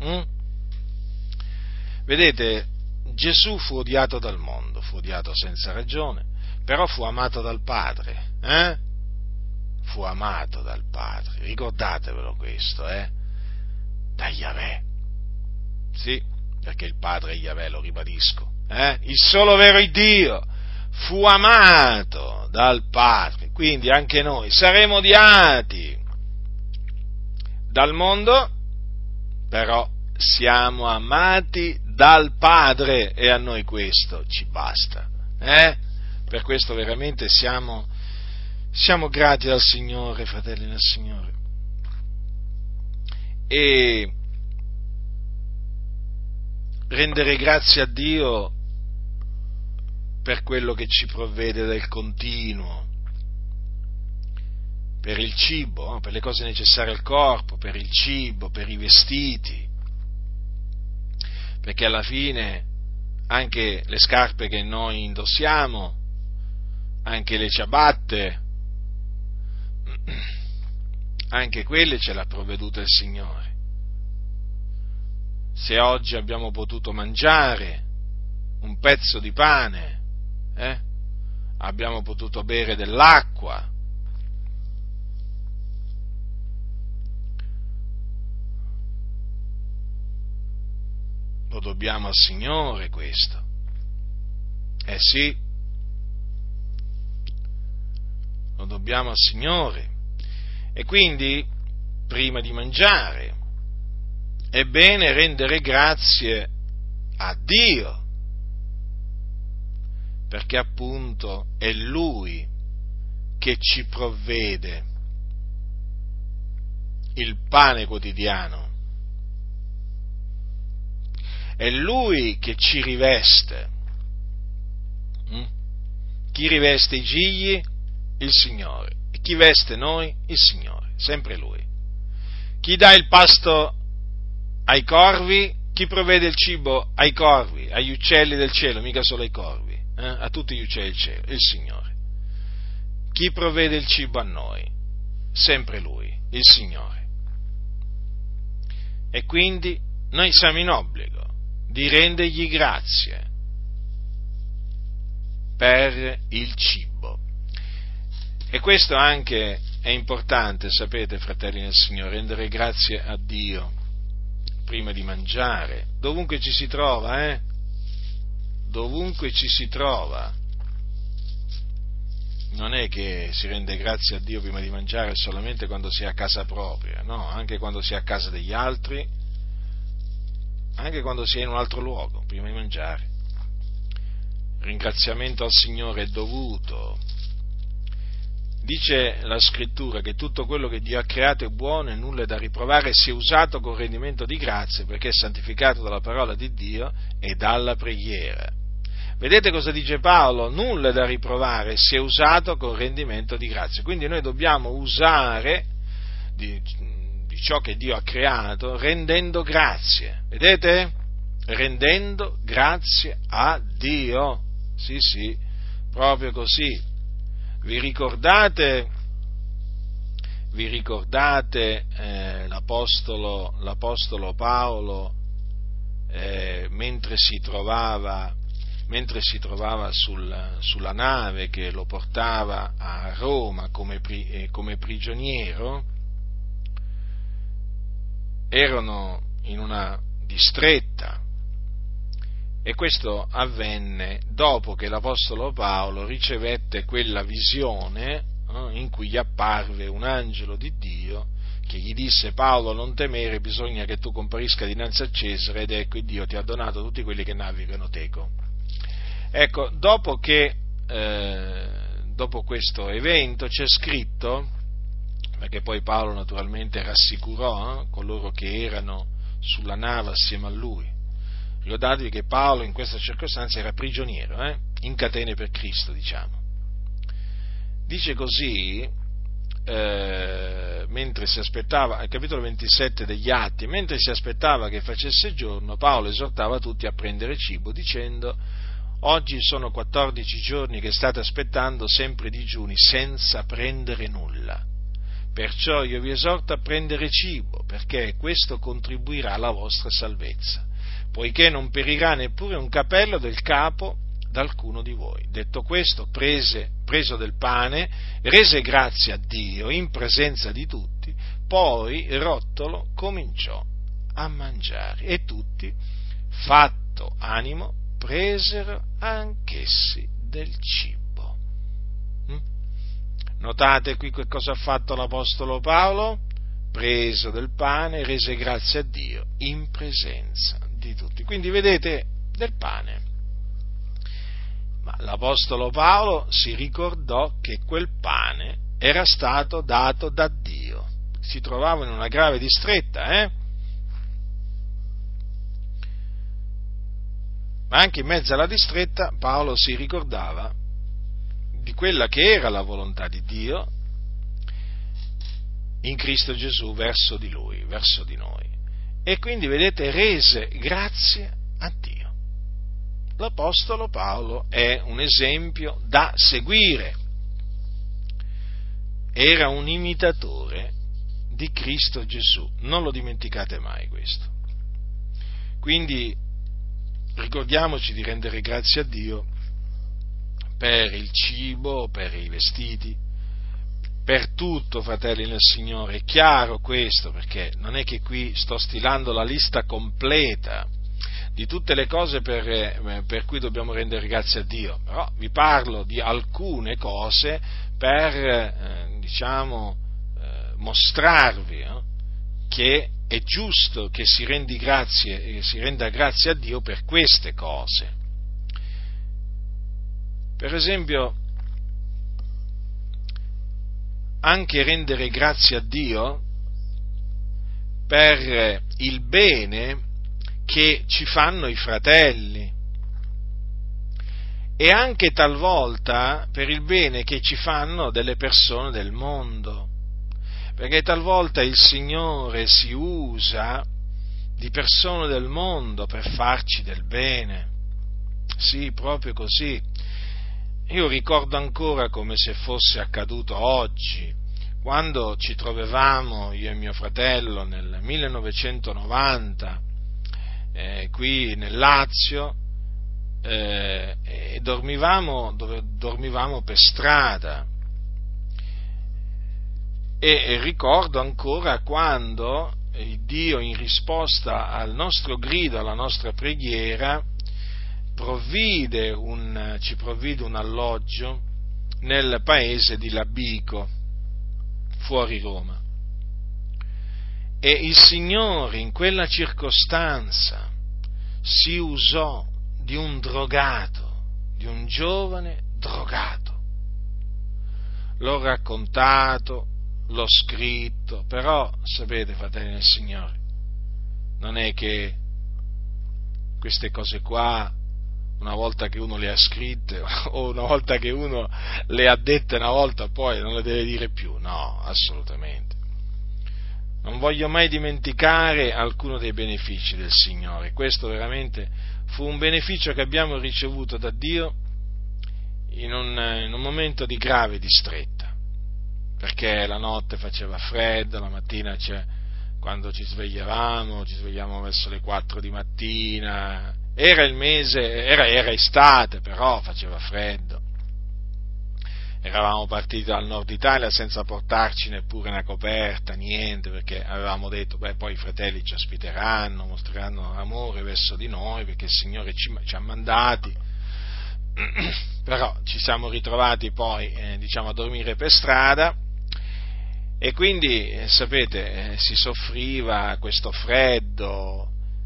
Vedete, Gesù fu odiato dal mondo, fu odiato senza ragione, però fu amato dal Padre, fu amato dal Padre, ricordatevelo questo, da Yahweh, sì, perché il Padre è Yahweh, lo ribadisco, il solo vero Dio, fu amato dal Padre, quindi anche noi saremo odiati dal mondo, però siamo amati dal Padre, e a noi questo ci basta, Per questo veramente siamo grati al Signore, fratelli nel Signore, e rendere grazie a Dio per quello che ci provvede del continuo, per il cibo, per le cose necessarie al corpo, per il cibo, per i vestiti, perché alla fine anche le scarpe che noi indossiamo, anche le ciabatte, anche quelle ce l'ha provvedute il Signore. Se oggi abbiamo potuto mangiare un pezzo di pane, abbiamo potuto bere dell'acqua, lo dobbiamo al Signore questo. Sì, lo dobbiamo al Signore. E quindi, prima di mangiare, è bene rendere grazie a Dio, perché appunto è Lui che ci provvede il pane quotidiano, è Lui che ci riveste. Chi riveste i gigli? Il Signore. E chi veste noi? Il Signore, sempre Lui. Chi dà il pasto ai corvi? Chi provvede il cibo ai corvi, agli uccelli del cielo, mica solo ai corvi, a tutti gli uccelli del cielo? Il Signore. Chi provvede il cibo a noi? Sempre Lui, il Signore. E quindi noi siamo in obbligo di rendergli grazie per il cibo. E questo anche è importante, sapete, fratelli nel Signore, rendere grazie a Dio prima di mangiare, dovunque ci si trova, dovunque ci si trova. Non è che si rende grazie a Dio prima di mangiare solamente quando si è a casa propria, no, anche quando si è a casa degli altri, anche quando si è in un altro luogo, prima di mangiare. Ringraziamento al Signore è dovuto. Dice la Scrittura che tutto quello che Dio ha creato è buono e nulla è da riprovare se usato con rendimento di grazie, perché è santificato dalla parola di Dio e dalla preghiera. Vedete cosa dice Paolo? Nulla è da riprovare se usato con rendimento di grazie. Quindi noi dobbiamo usare di ciò che Dio ha creato rendendo grazie. Vedete? Rendendo grazie a Dio. Sì, proprio così. Vi ricordate l'apostolo Paolo mentre si trovava sulla nave che lo portava a Roma come prigioniero? Erano in una distretta, e questo avvenne dopo che l'apostolo Paolo ricevette quella visione in cui gli apparve un angelo di Dio che gli disse: Paolo, non temere, bisogna che tu comparisca dinanzi a Cesare, ed ecco, Dio ti ha donato tutti quelli che navigano teco. Ecco, dopo questo evento c'è scritto, perché poi Paolo naturalmente rassicurò coloro che erano sulla nave assieme a lui. Ricordatevi che Paolo in questa circostanza era prigioniero, in catene per Cristo, diciamo. Dice così, mentre si aspettava, al capitolo 27 degli Atti, mentre si aspettava che facesse giorno, Paolo esortava tutti a prendere cibo, dicendo: oggi sono 14 giorni che state aspettando sempre digiuni, senza prendere nulla. Perciò io vi esorto a prendere cibo, perché questo contribuirà alla vostra salvezza, poiché non perirà neppure un capello del capo d'alcuno di voi. Detto questo, preso del pane, rese grazie a Dio in presenza di tutti, poi rottolo cominciò a mangiare, e tutti, fatto animo, presero anch'essi del cibo. Notate qui che cosa ha fatto l'apostolo Paolo? Preso del pane, rese grazie a Dio in presenza di tutti. Quindi vedete, del pane. Ma l'apostolo Paolo si ricordò che quel pane era stato dato da Dio. Si trovava in una grave distretta, Ma anche in mezzo alla distretta Paolo si ricordava di quella che era la volontà di Dio in Cristo Gesù verso di lui, verso di noi. E quindi, vedete, rese grazie a Dio. L'apostolo Paolo è un esempio da seguire. Era un imitatore di Cristo Gesù, non lo dimenticate mai questo. Quindi ricordiamoci di rendere grazie a Dio per il cibo, per i vestiti, per tutto, fratelli nel Signore. È chiaro questo, perché non è che qui sto stilando la lista completa di tutte le cose per cui dobbiamo rendere grazie a Dio, però vi parlo di alcune cose per, mostrarvi che è giusto che si renda grazie a Dio per queste cose. Per esempio, anche rendere grazie a Dio per il bene che ci fanno i fratelli, e anche talvolta per il bene che ci fanno delle persone del mondo, perché talvolta il Signore si usa di persone del mondo per farci del bene. Sì, proprio così. Io ricordo ancora come se fosse accaduto oggi, quando ci trovavamo io e mio fratello nel 1990 qui nel Lazio, e dormivamo per strada. E ricordo ancora quando Dio, in risposta al nostro grido, alla nostra preghiera, ci provvide un alloggio nel paese di Labico, fuori Roma. E il Signore in quella circostanza si usò di un drogato, di un giovane drogato. L'ho raccontato, l'ho scritto, però sapete, fratelli del Signore, non è che queste cose qua, una volta che uno le ha scritte o una volta che uno le ha dette una volta, poi non le deve dire più. No, assolutamente. Non voglio mai dimenticare alcuno dei benefici del Signore. Questo veramente fu un beneficio che abbiamo ricevuto da Dio in un momento di grave distretta, perché la notte faceva freddo, la mattina quando ci svegliavamo verso le 4 di mattina, era il mese, era estate, però faceva freddo. Eravamo partiti dal nord Italia senza portarci neppure una coperta, niente, perché avevamo detto, poi i fratelli ci ospiteranno, mostreranno amore verso di noi, perché il Signore ci ha mandati, però ci siamo ritrovati poi, a dormire per strada, e quindi, sapete, si soffriva questo freddo,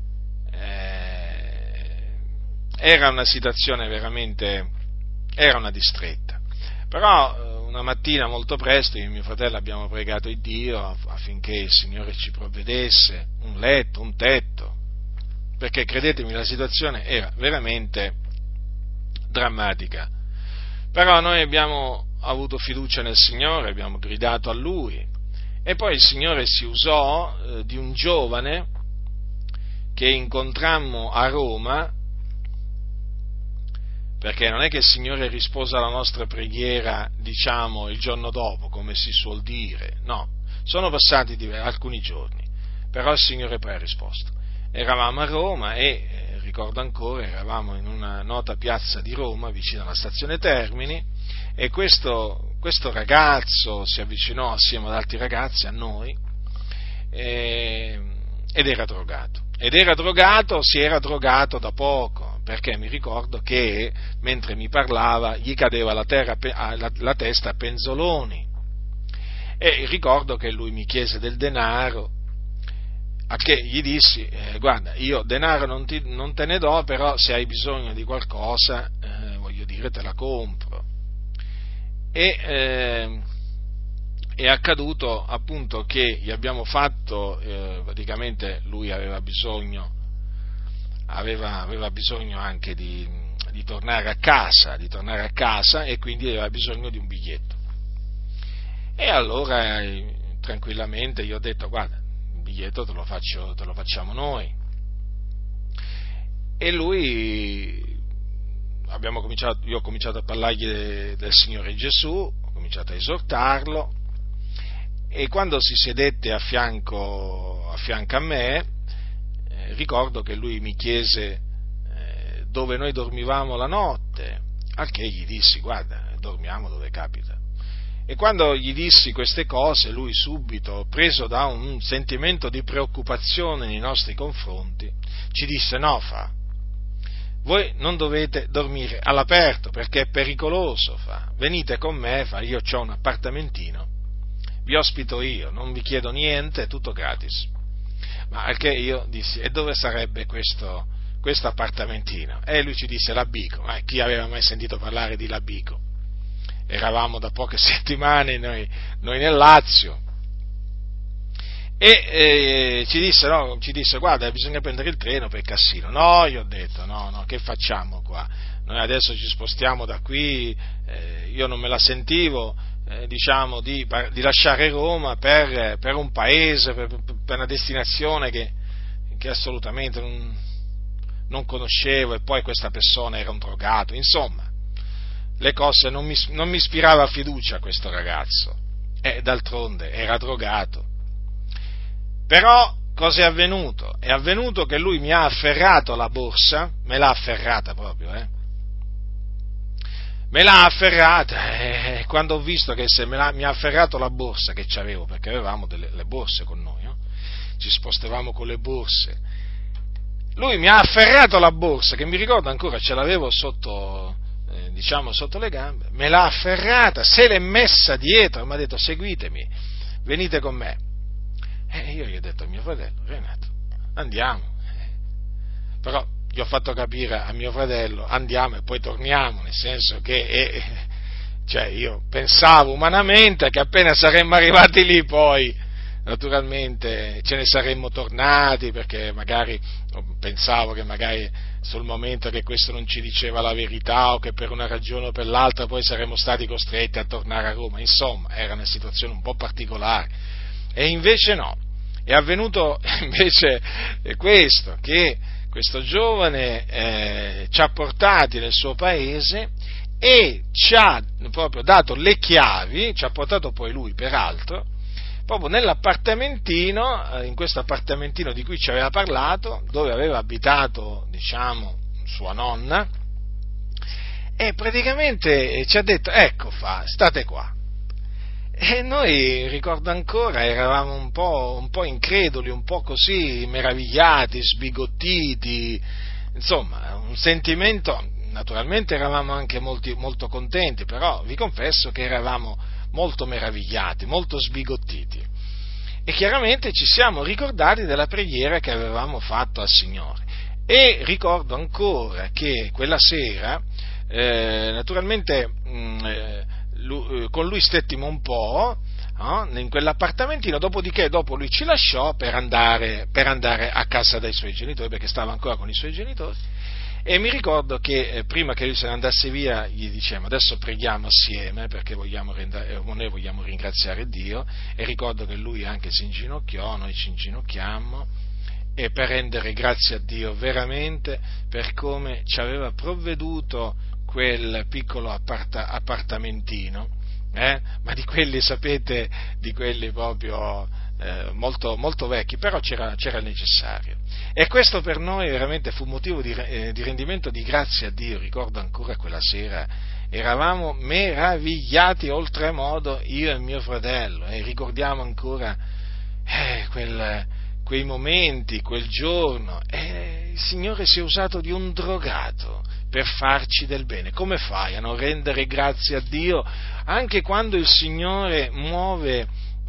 era una situazione veramente, era una distretta. Però una mattina molto presto io e mio fratello abbiamo pregato il Dio affinché il Signore ci provvedesse un letto, un tetto, perché credetemi la situazione era veramente drammatica. Però noi abbiamo avuto fiducia nel Signore, abbiamo gridato a Lui, e poi il Signore si usò di un giovane che incontrammo a Roma, perché non è che il Signore rispose alla nostra preghiera, il giorno dopo, come si suol dire, no, sono passati alcuni giorni, però il Signore poi ha risposto. Eravamo a Roma e, ricordo ancora, eravamo in una nota piazza di Roma, vicino alla stazione Termini, e questo ragazzo si avvicinò assieme ad altri ragazzi a noi, ed era drogato. Si era drogato da poco, perché mi ricordo che mentre mi parlava gli cadeva la testa a penzoloni, e ricordo che lui mi chiese del denaro, a che gli dissi, guarda, io denaro non te ne do, però se hai bisogno di qualcosa, te la compro. E è accaduto appunto che gli abbiamo fatto, praticamente lui aveva bisogno anche di tornare a casa, e quindi aveva bisogno di un biglietto. E allora tranquillamente gli ho detto, guarda, il biglietto te lo facciamo noi. E lui, io ho cominciato a parlargli del Signore Gesù, ho cominciato a esortarlo, e quando si sedette a fianco a me, ricordo che lui mi chiese dove noi dormivamo la notte, al che gli dissi, guarda, dormiamo dove capita. E quando gli dissi queste cose, lui subito, preso da un sentimento di preoccupazione nei nostri confronti, ci disse, no, voi non dovete dormire all'aperto perché è pericoloso, venite con me, io ho un appartamentino, vi ospito io, non vi chiedo niente, è tutto gratis. Ma al che io dissi, e dove sarebbe questo appartamentino? E lui ci disse Labico, ma chi aveva mai sentito parlare di Labico? Eravamo da poche settimane noi nel Lazio, e ci disse, guarda, bisogna prendere il treno per Cassino. No, io ho detto, no, che facciamo qua? Noi adesso ci spostiamo da qui, io non me la sentivo, di lasciare Roma per un paese, per una destinazione che assolutamente non conoscevo, e poi questa persona era un drogato, insomma, le cose non mi ispirava fiducia questo ragazzo, e d'altronde era drogato. Però cosa è avvenuto? È avvenuto che lui mi ha afferrato la borsa, me l'ha afferrata proprio, me l'ha afferrata e quando ho visto che mi ha afferrato la borsa che c'avevo, perché avevamo le borse con noi, no? Ci spostavamo con le borse, lui mi ha afferrato la borsa, che mi ricordo ancora, ce l'avevo sotto, sotto le gambe, me l'ha afferrata, se l'è messa dietro e mi ha detto seguitemi, venite con me. E io gli ho detto a mio fratello, Renato, andiamo. Però gli ho fatto capire a mio fratello, andiamo e poi torniamo, nel senso che io pensavo umanamente che appena saremmo arrivati lì poi, naturalmente, ce ne saremmo tornati, perché magari pensavo che magari sul momento che questo non ci diceva la verità o che per una ragione o per l'altra poi saremmo stati costretti a tornare a Roma, insomma, era una situazione un po' particolare. E invece no, è avvenuto invece questo, che questo giovane ci ha portati nel suo paese e ci ha proprio dato le chiavi, ci ha portato poi lui peraltro, proprio nell'appartamentino, in questo appartamentino di cui ci aveva parlato, dove aveva abitato, sua nonna, e praticamente ci ha detto, ecco state qua. E noi, ricordo ancora, eravamo un po' increduli, un po' così meravigliati, sbigottiti, insomma, un sentimento, naturalmente eravamo anche molto contenti, però vi confesso che eravamo molto meravigliati, molto sbigottiti. E chiaramente ci siamo ricordati della preghiera che avevamo fatto al Signore. E ricordo ancora che quella sera, naturalmente, con lui stettimo un po', in quell'appartamentino, dopodiché dopo lui ci lasciò per andare a casa dai suoi genitori, perché stava ancora con i suoi genitori, e mi ricordo che prima che lui se ne andasse via gli dicevamo adesso preghiamo assieme perché noi vogliamo ringraziare Dio, e ricordo che lui anche si inginocchiò, noi ci inginocchiammo, e per rendere grazie a Dio veramente per come ci aveva provveduto quel piccolo appartamentino, ma di quelli, sapete, di quelli proprio molto, molto vecchi, però c'era il necessario. E questo per noi veramente fu motivo di rendimento di grazie a Dio. Ricordo ancora quella sera, eravamo meravigliati oltremodo, io e mio fratello, e ricordiamo ancora quei momenti, quel giorno, il Signore si è usato di un drogato per farci del bene. Come fai a non rendere grazie a Dio anche quando il Signore muove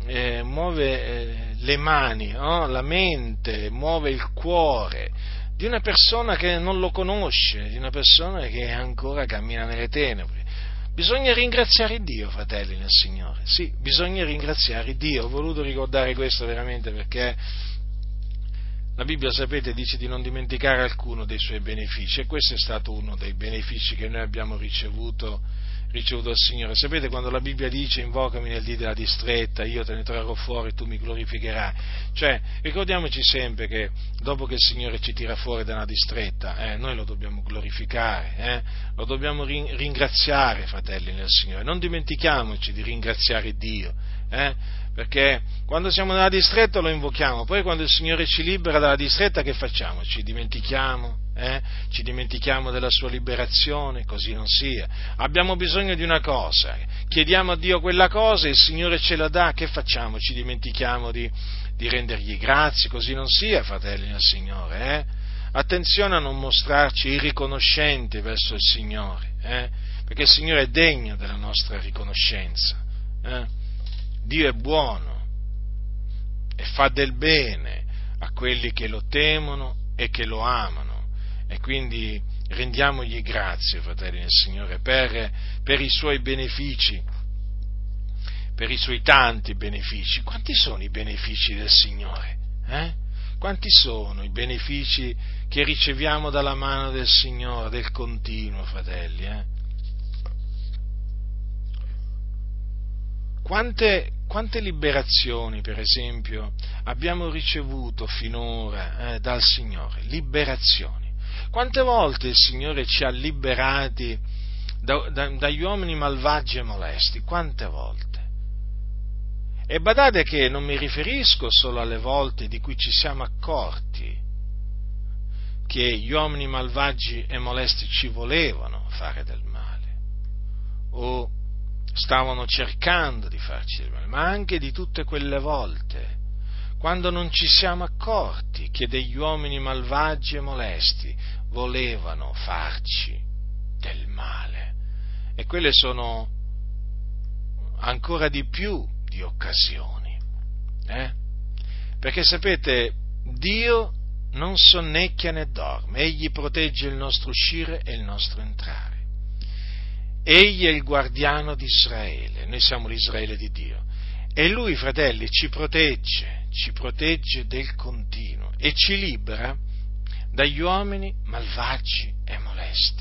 le mani, la mente, muove il cuore di una persona che non lo conosce, di una persona che ancora cammina nelle tenebre? Bisogna ringraziare Dio, fratelli nel Signore, sì, bisogna ringraziare Dio. Ho voluto ricordare questo veramente perché la Bibbia, sapete, dice di non dimenticare alcuno dei suoi benefici, e questo è stato uno dei benefici che noi abbiamo ricevuto dal Signore. Sapete, quando la Bibbia dice invocami nel dì della distretta, io te ne trarrò fuori e tu mi glorificherai, cioè ricordiamoci sempre che dopo che il Signore ci tira fuori da una distretta, noi lo dobbiamo glorificare, lo dobbiamo ringraziare, fratelli nel Signore, non dimentichiamoci di ringraziare Dio, perché quando siamo nella distretta lo invochiamo, poi quando il Signore ci libera dalla distretta che facciamo? Ci dimentichiamo della sua liberazione? Così non sia. Abbiamo bisogno di una cosa, chiediamo a Dio quella cosa e il Signore ce la dà, che facciamo? Ci dimentichiamo di rendergli grazie? Così non sia, fratelli del Signore. Attenzione a non mostrarci irriconoscenti verso il Signore, perché il Signore è degno della nostra riconoscenza. Dio è buono e fa del bene a quelli che lo temono e che lo amano, e quindi rendiamogli grazie, fratelli del Signore, per i suoi benefici, per i suoi tanti benefici. Quanti sono i benefici del Signore? Quanti sono i benefici che riceviamo dalla mano del Signore, del continuo, fratelli? Quante liberazioni, per esempio, abbiamo ricevuto finora dal Signore? Liberazioni. Quante volte il Signore ci ha liberati dagli uomini malvagi e molesti? Quante volte? E badate che non mi riferisco solo alle volte di cui ci siamo accorti che gli uomini malvagi e molesti ci volevano fare del male, o stavano cercando di farci del male, ma anche di tutte quelle volte quando non ci siamo accorti che degli uomini malvagi e molesti volevano farci del male. E quelle sono ancora di più di occasioni, Perché sapete, Dio non sonnecchia né dorme, Egli protegge il nostro uscire e il nostro entrare. Egli è il guardiano di Israele, noi siamo l'Israele di Dio, e Lui, fratelli, ci protegge del continuo e ci libera dagli uomini malvagi e molesti.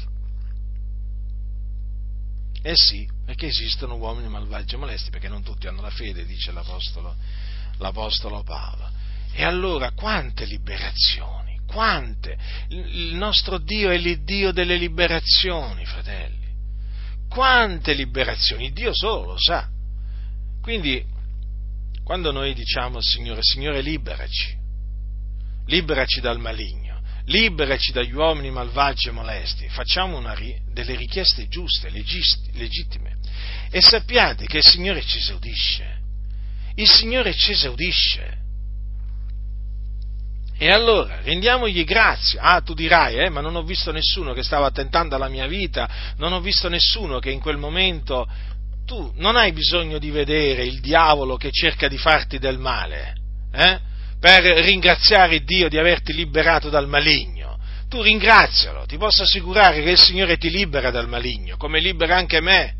Eh sì, perché esistono uomini malvagi e molesti, perché non tutti hanno la fede, dice l'Apostolo Paolo. E allora quante liberazioni, quante! Il nostro Dio è l'Iddio delle liberazioni, fratelli. Quante liberazioni, Dio solo lo sa. Quindi, quando noi diciamo al Signore, Signore liberaci dal maligno, liberaci dagli uomini malvagi e molesti, facciamo delle richieste giuste, legittime, e sappiate che il Signore ci esaudisce. E allora, rendiamogli grazie. Ah, tu dirai, ma non ho visto nessuno che stava attentando alla mia vita, non ho visto nessuno che in quel momento... Tu non hai bisogno di vedere il diavolo che cerca di farti del male, per ringraziare Dio di averti liberato dal maligno. Tu ringrazialo, ti posso assicurare che il Signore ti libera dal maligno, come libera anche me.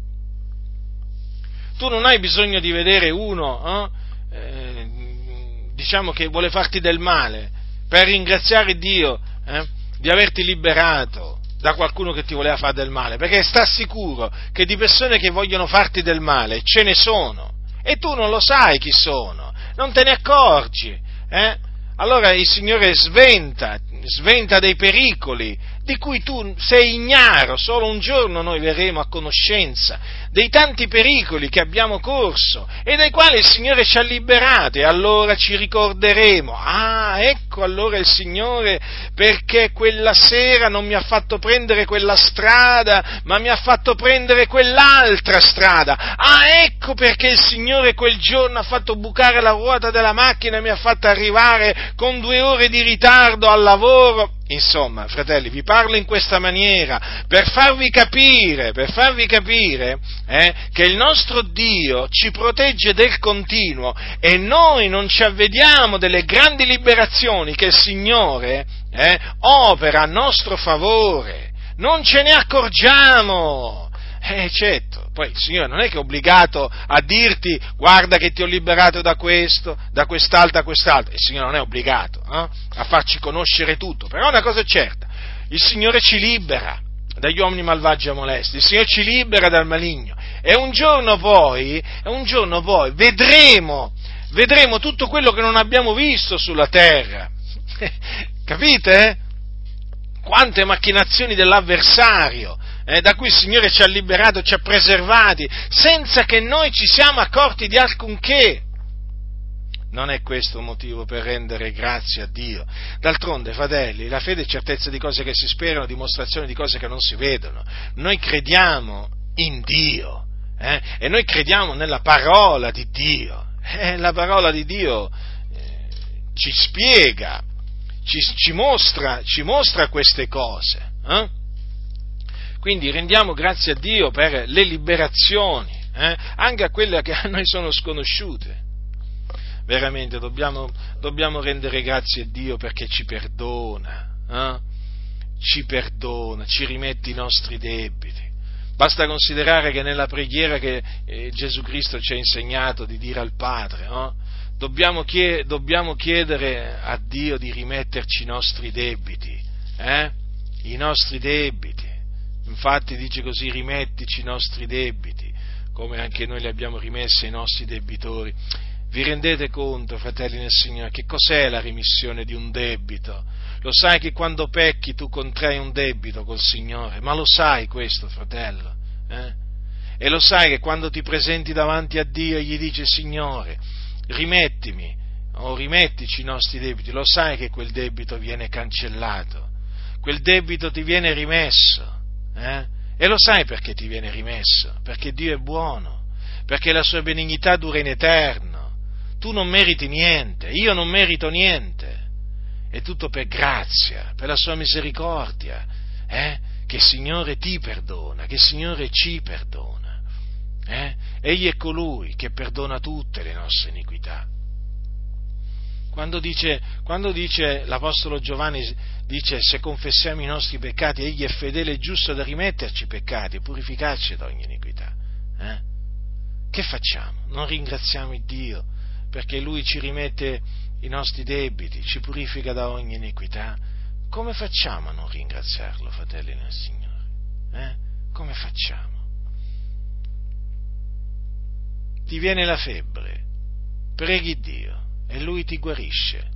Tu non hai bisogno di vedere uno, diciamo che vuole farti del male, per ringraziare Dio di averti liberato da qualcuno che ti voleva fare del male, perché sta sicuro che di persone che vogliono farti del male ce ne sono, e tu non lo sai chi sono, non te ne accorgi, Allora il Signore sventa dei pericoli di cui tu sei ignaro, solo un giorno noi verremo a conoscenza dei tanti pericoli che abbiamo corso e dai quali il Signore ci ha liberato, e allora ci ricorderemo, ecco allora il Signore perché quella sera non mi ha fatto prendere quella strada, ma mi ha fatto prendere quell'altra strada, ecco perché il Signore quel giorno ha fatto bucare la ruota della macchina e mi ha fatto arrivare con 2 ore di ritardo al lavoro. Insomma, fratelli, vi parlo in questa maniera per farvi capire che il nostro Dio ci protegge del continuo e noi non ci avvediamo delle grandi liberazioni che il Signore opera a nostro favore, non ce ne accorgiamo. Certo, poi il Signore non è che è obbligato a dirti guarda che ti ho liberato da questo, da quest'altro, il Signore non è obbligato a farci conoscere tutto, però una cosa è certa, il Signore ci libera dagli uomini malvagi e molesti, il Signore ci libera dal maligno, e un giorno poi vedremo tutto quello che non abbiamo visto sulla terra, capite? Quante macchinazioni dell'avversario, da cui il Signore ci ha liberato, ci ha preservati, senza che noi ci siamo accorti di alcunché. Non è questo un motivo per rendere grazie a Dio? D'altronde, fratelli, la fede è certezza di cose che si sperano, dimostrazione di cose che non si vedono. Noi crediamo in Dio, e noi crediamo nella parola di Dio. La parola di Dio ci spiega, ci mostra queste cose. Quindi rendiamo grazie a Dio per le liberazioni, anche a quelle che a noi sono sconosciute. Veramente dobbiamo rendere grazie a Dio perché ci perdona, ci rimette i nostri debiti. Basta considerare che nella preghiera che Gesù Cristo ci ha insegnato di dire al Padre, dobbiamo chiedere a Dio di rimetterci i nostri debiti, i nostri debiti. Infatti dice così: rimettici i nostri debiti, come anche noi li abbiamo rimessi ai nostri debitori. Vi rendete conto, fratelli nel Signore, che cos'è la remissione di un debito? Lo sai che quando pecchi tu contrai un debito col Signore? Ma lo sai questo, fratello? E lo sai che quando ti presenti davanti a Dio e gli dici: Signore, rimettimi o rimettici i nostri debiti, lo sai che quel debito viene cancellato, quel debito ti viene rimesso, E lo sai perché ti viene rimesso? Perché Dio è buono, perché la sua benignità dura in eterno. Tu non meriti niente, io non merito niente, è tutto per grazia, per la sua misericordia, che il Signore ti perdona, che il Signore ci perdona. Egli è colui che perdona tutte le nostre iniquità. Quando dice l'Apostolo Giovanni, dice: se confessiamo i nostri peccati, egli è fedele e giusto da rimetterci i peccati e purificarci da ogni iniquità. Che facciamo? Non ringraziamo il Dio perché Lui ci rimette i nostri debiti, ci purifica da ogni iniquità? Come facciamo a non ringraziarlo, fratelli nel Signore? Come facciamo? Ti viene la febbre, preghi Dio e Lui ti guarisce.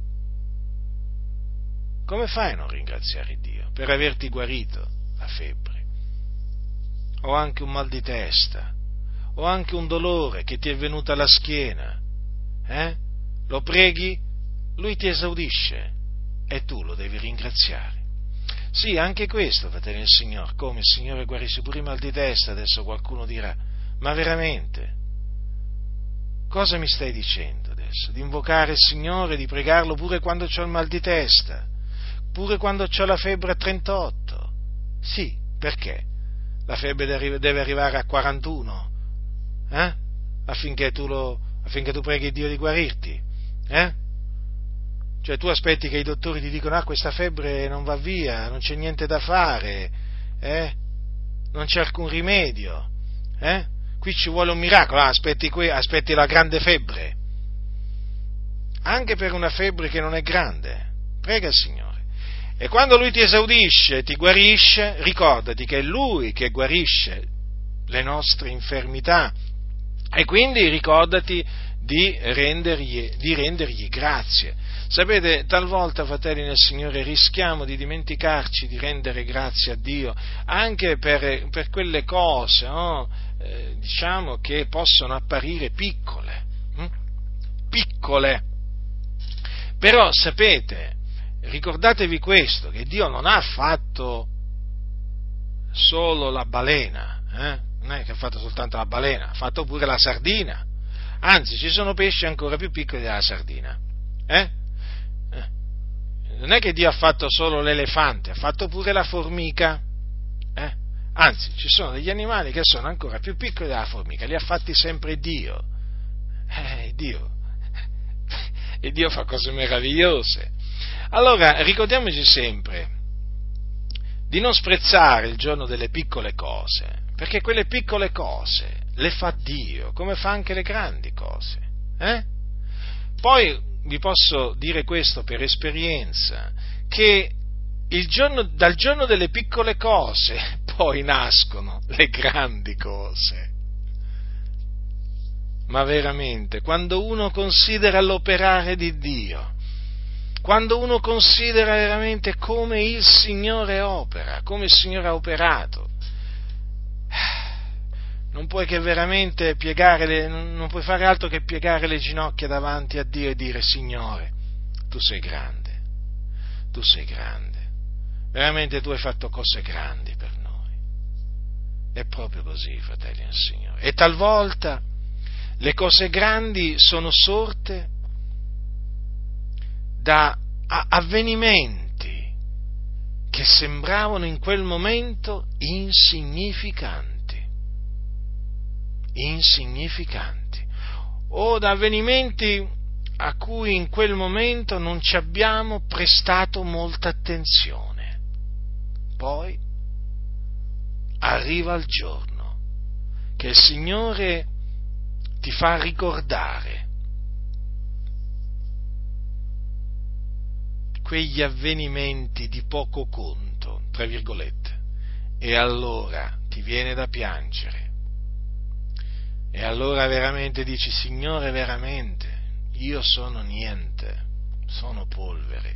Come fai a non ringraziare Dio per averti guarito la febbre? O anche un mal di testa, o anche un dolore che ti è venuto alla schiena, Lo preghi, Lui ti esaudisce e tu lo devi ringraziare. Sì, anche questo, fratelli del Signore, come il Signore guarisce pure i mal di testa. Adesso qualcuno dirà: ma veramente? Cosa mi stai dicendo adesso? Di invocare il Signore, di pregarlo pure quando c'ho il mal di testa, pure quando c'ho la febbre a 38? Sì, perché? La febbre deve arrivare a 41, affinché tu preghi Dio di guarirti, Cioè tu aspetti che i dottori ti dicono: questa febbre non va via, non c'è niente da fare, non c'è alcun rimedio, Qui ci vuole un miracolo, aspetti la grande febbre. Anche per una febbre che non è grande, prega il Signore. E quando Lui ti esaudisce, ti guarisce, ricordati che è Lui che guarisce le nostre infermità, e quindi ricordati di rendergli grazie. Sapete, talvolta, fratelli nel Signore, rischiamo di dimenticarci di rendere grazie a Dio anche per quelle cose, diciamo, che possono apparire piccole, però sapete, ricordatevi questo, che Dio non ha fatto solo la balena, non è che ha fatto soltanto la balena, ha fatto pure la sardina, anzi ci sono pesci ancora più piccoli della sardina, Non è che Dio ha fatto solo l'elefante, ha fatto pure la formica, Anzi, ci sono degli animali che sono ancora più piccoli della formica, li ha fatti sempre Dio, e Dio fa cose meravigliose. Allora, ricordiamoci sempre di non sprezzare il giorno delle piccole cose, perché quelle piccole cose le fa Dio, come fa anche le grandi cose. Poi vi posso dire questo per esperienza, che dal giorno delle piccole cose poi nascono le grandi cose. Ma veramente, quando uno considera l'operare di Dio, quando uno considera veramente come il Signore opera, come il Signore ha operato, non puoi che veramente non puoi fare altro che piegare le ginocchia davanti a Dio e dire: Signore, tu sei grande, veramente tu hai fatto cose grandi per noi. È proprio così, fratelli del Signore. E talvolta le cose grandi sono sorte da avvenimenti che sembravano in quel momento insignificanti, o da avvenimenti a cui in quel momento non ci abbiamo prestato molta attenzione. Poi arriva il giorno che il Signore ti fa ricordare quegli avvenimenti di poco conto, tra virgolette, e allora ti viene da piangere, e allora veramente dici: Signore, veramente, io sono niente, sono polvere,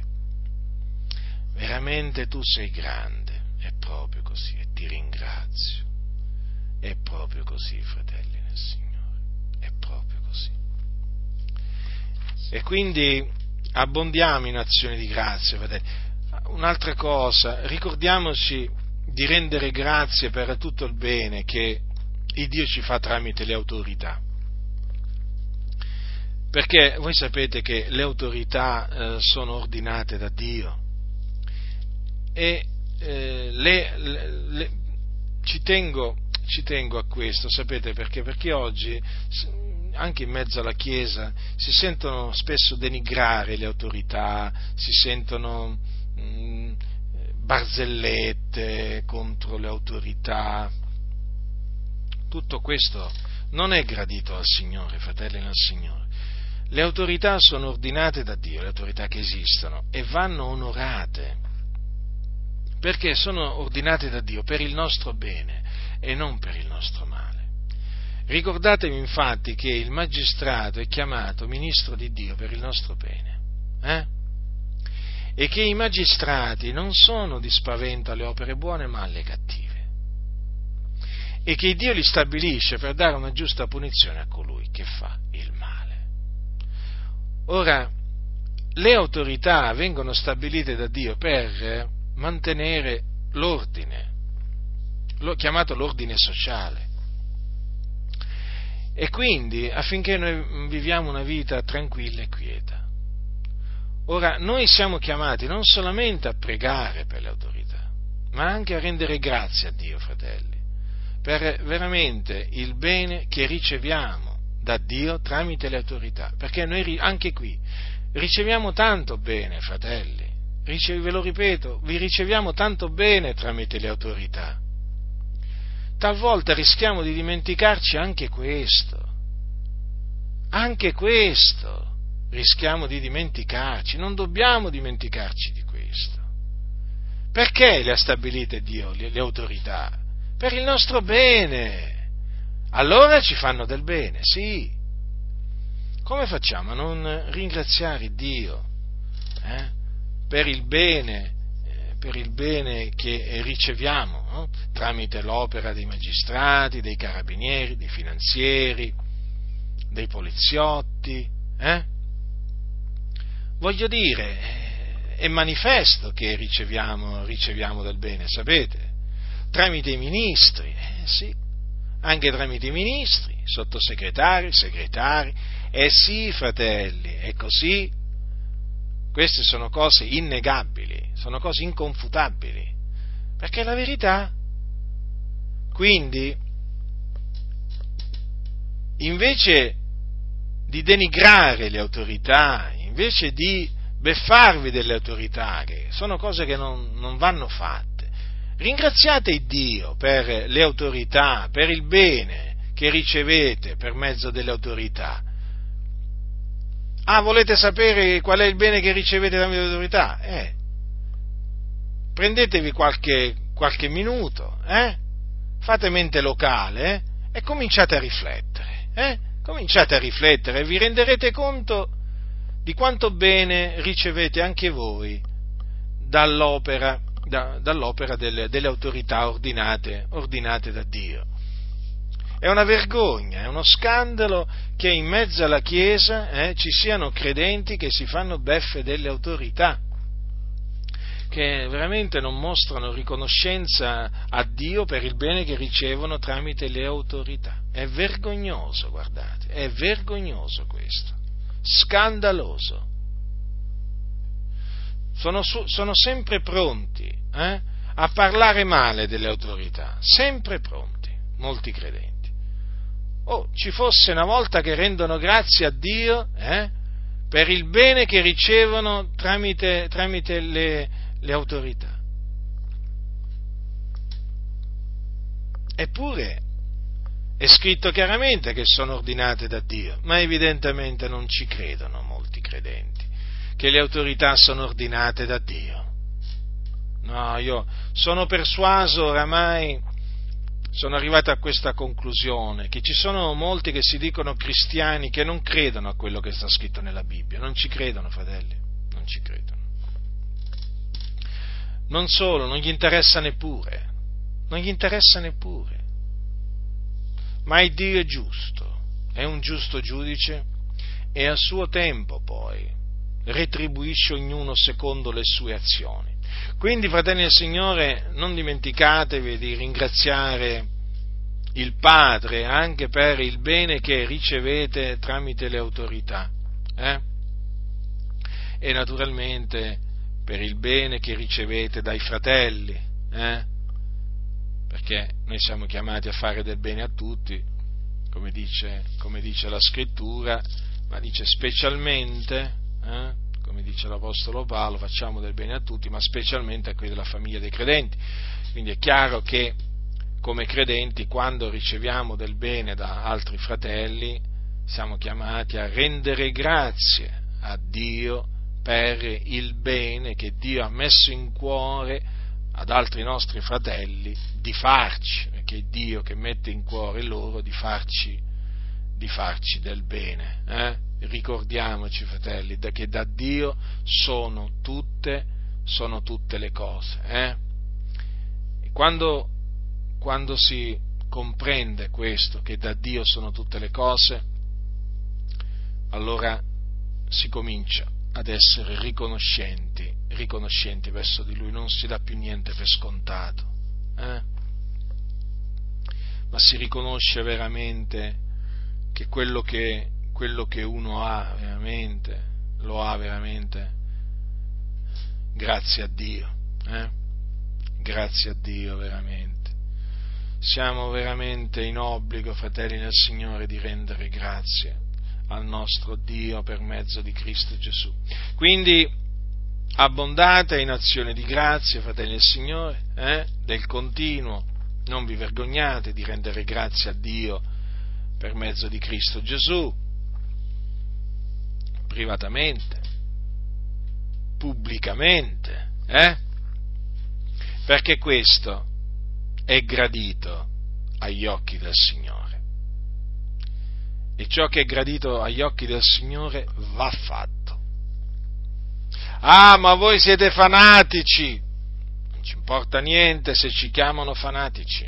veramente tu sei grande, è proprio così, e ti ringrazio, È proprio così, fratelli nel Signore, è proprio così. E quindi abbondiamo in azioni di grazia, fratelli. Un'altra cosa, ricordiamoci di rendere grazie per tutto il bene che il Dio ci fa tramite le autorità. Perché voi sapete che le autorità sono ordinate da Dio e ci tengo a questo, sapete perché? Perché oggi, anche in mezzo alla Chiesa, si sentono spesso denigrare le autorità, si sentono barzellette contro le autorità. Tutto questo non è gradito al Signore, fratelli nel Signore. Le autorità sono ordinate da Dio, le autorità che esistono, e vanno onorate, perché sono ordinate da Dio per il nostro bene e non per il nostro male. Ricordatevi infatti che il magistrato è chiamato ministro di Dio per il nostro bene, e che i magistrati non sono di spavento alle opere buone ma alle cattive, e che Dio li stabilisce per dare una giusta punizione a colui che fa il male. Ora, le autorità vengono stabilite da Dio per mantenere l'ordine, chiamato l'ordine sociale, e quindi affinché noi viviamo una vita tranquilla e quieta. Ora, noi siamo chiamati non solamente a pregare per le autorità, ma anche a rendere grazie a Dio, fratelli, per veramente il bene che riceviamo da Dio tramite le autorità, perché noi anche qui riceviamo tanto bene, fratelli, ve lo ripeto, vi riceviamo tanto bene tramite le autorità. Talvolta rischiamo di dimenticarci anche questo rischiamo di dimenticarci, non dobbiamo dimenticarci di questo. Perché le ha stabilite Dio, le autorità? Per il nostro bene. Allora ci fanno del bene, sì. Come facciamo a non ringraziare Dio per il bene che riceviamo tramite l'opera dei magistrati, dei carabinieri, dei finanzieri, dei poliziotti? Voglio dire, è manifesto che riceviamo del bene, sapete? Tramite i ministri, sì. Anche tramite i ministri, sottosegretari, segretari, sì, fratelli, è così. Queste sono cose innegabili, sono cose inconfutabili, perché è la verità. Quindi, invece di denigrare le autorità, invece di beffarvi delle autorità, che sono cose che non vanno fatte, ringraziate Dio per le autorità, per il bene che ricevete per mezzo delle autorità. Volete sapere qual è il bene che ricevete tramite le autorità? Prendetevi qualche minuto, fate mente locale, e cominciate a riflettere, cominciate a riflettere e vi renderete conto di quanto bene ricevete anche voi dall'opera delle autorità ordinate da Dio. È una vergogna, è uno scandalo che in mezzo alla Chiesa ci siano credenti che si fanno beffe delle autorità, che veramente non mostrano riconoscenza a Dio per il bene che ricevono tramite le autorità. È vergognoso, guardate, è vergognoso questo, scandaloso. Sono sempre pronti a parlare male delle autorità, sempre pronti, molti credenti. Ci fosse una volta che rendono grazie a Dio per il bene che ricevono tramite le autorità. Eppure è scritto chiaramente che sono ordinate da Dio, ma evidentemente non ci credono molti credenti che le autorità sono ordinate da Dio. No, io sono persuaso oramai, sono arrivato a questa conclusione, che ci sono molti che si dicono cristiani che non credono a quello che sta scritto nella Bibbia, non ci credono, fratelli, non ci credono. Non solo, non gli interessa neppure. Ma il Dio è giusto, è un giusto giudice e a suo tempo poi retribuisce ognuno secondo le sue azioni. Quindi, fratelli del Signore, non dimenticatevi di ringraziare il Padre anche per il bene che ricevete tramite le autorità, e naturalmente per il bene che ricevete dai fratelli, perché noi siamo chiamati a fare del bene a tutti, come dice la Scrittura, ma dice specialmente, come dice l'Apostolo Paolo, facciamo del bene a tutti, ma specialmente a quelli della famiglia dei credenti. Quindi è chiaro che come credenti, quando riceviamo del bene da altri fratelli, siamo chiamati a rendere grazie a Dio per il bene che Dio ha messo in cuore ad altri nostri fratelli di farci, perché è Dio che mette in cuore loro di farci del bene. Ricordiamoci, fratelli, che da Dio sono tutte le cose. E quando si comprende questo, che da Dio sono tutte le cose, allora si comincia ad essere riconoscenti verso di Lui, non si dà più niente per scontato, ma si riconosce veramente che quello che uno ha veramente, lo ha veramente grazie a Dio, grazie a Dio veramente. Siamo veramente in obbligo, fratelli nel Signore, di rendere grazie al nostro Dio per mezzo di Cristo Gesù. Quindi abbondate in azione di grazie, fratelli del Signore, del continuo, non vi vergognate di rendere grazie a Dio per mezzo di Cristo Gesù, privatamente, pubblicamente, perché questo è gradito agli occhi del Signore. E ciò che è gradito agli occhi del Signore va fatto. Ah, ma voi siete fanatici! Non ci importa niente se ci chiamano fanatici.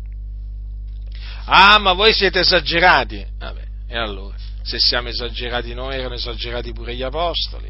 Ah, ma voi siete esagerati! Vabbè, e allora? Se siamo esagerati noi, erano esagerati pure gli apostoli.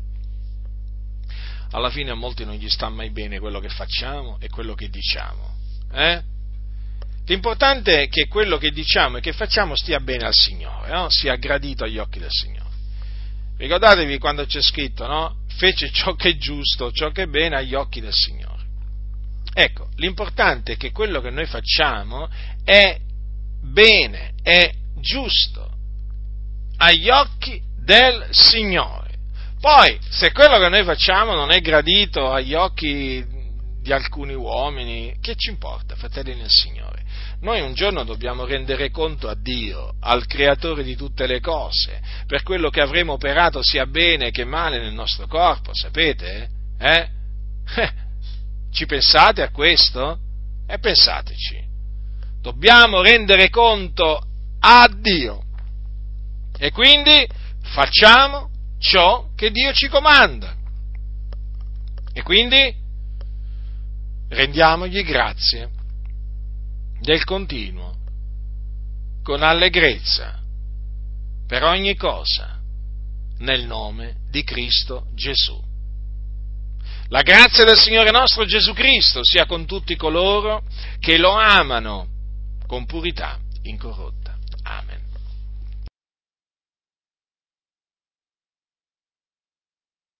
Alla fine a molti non gli sta mai bene quello che facciamo e quello che diciamo. L'importante è che quello che diciamo e che facciamo stia bene al Signore, no? Sia gradito agli occhi del Signore. Ricordatevi quando c'è scritto, no? Fece ciò che è giusto, ciò che è bene agli occhi del Signore. Ecco, l'importante è che quello che noi facciamo è bene, è giusto agli occhi del Signore. Poi, se quello che noi facciamo non è gradito agli occhi di alcuni uomini, che ci importa, fratelli nel Signore? Noi un giorno dobbiamo rendere conto a Dio, al Creatore di tutte le cose, per quello che avremo operato sia bene che male nel nostro corpo, sapete? Ci pensate a questo? Pensateci. Dobbiamo rendere conto a Dio e quindi facciamo ciò che Dio ci comanda e quindi rendiamogli grazie del continuo, con allegrezza, per ogni cosa, nel nome di Cristo Gesù. La grazia del Signore nostro Gesù Cristo sia con tutti coloro che lo amano con purità incorrotta.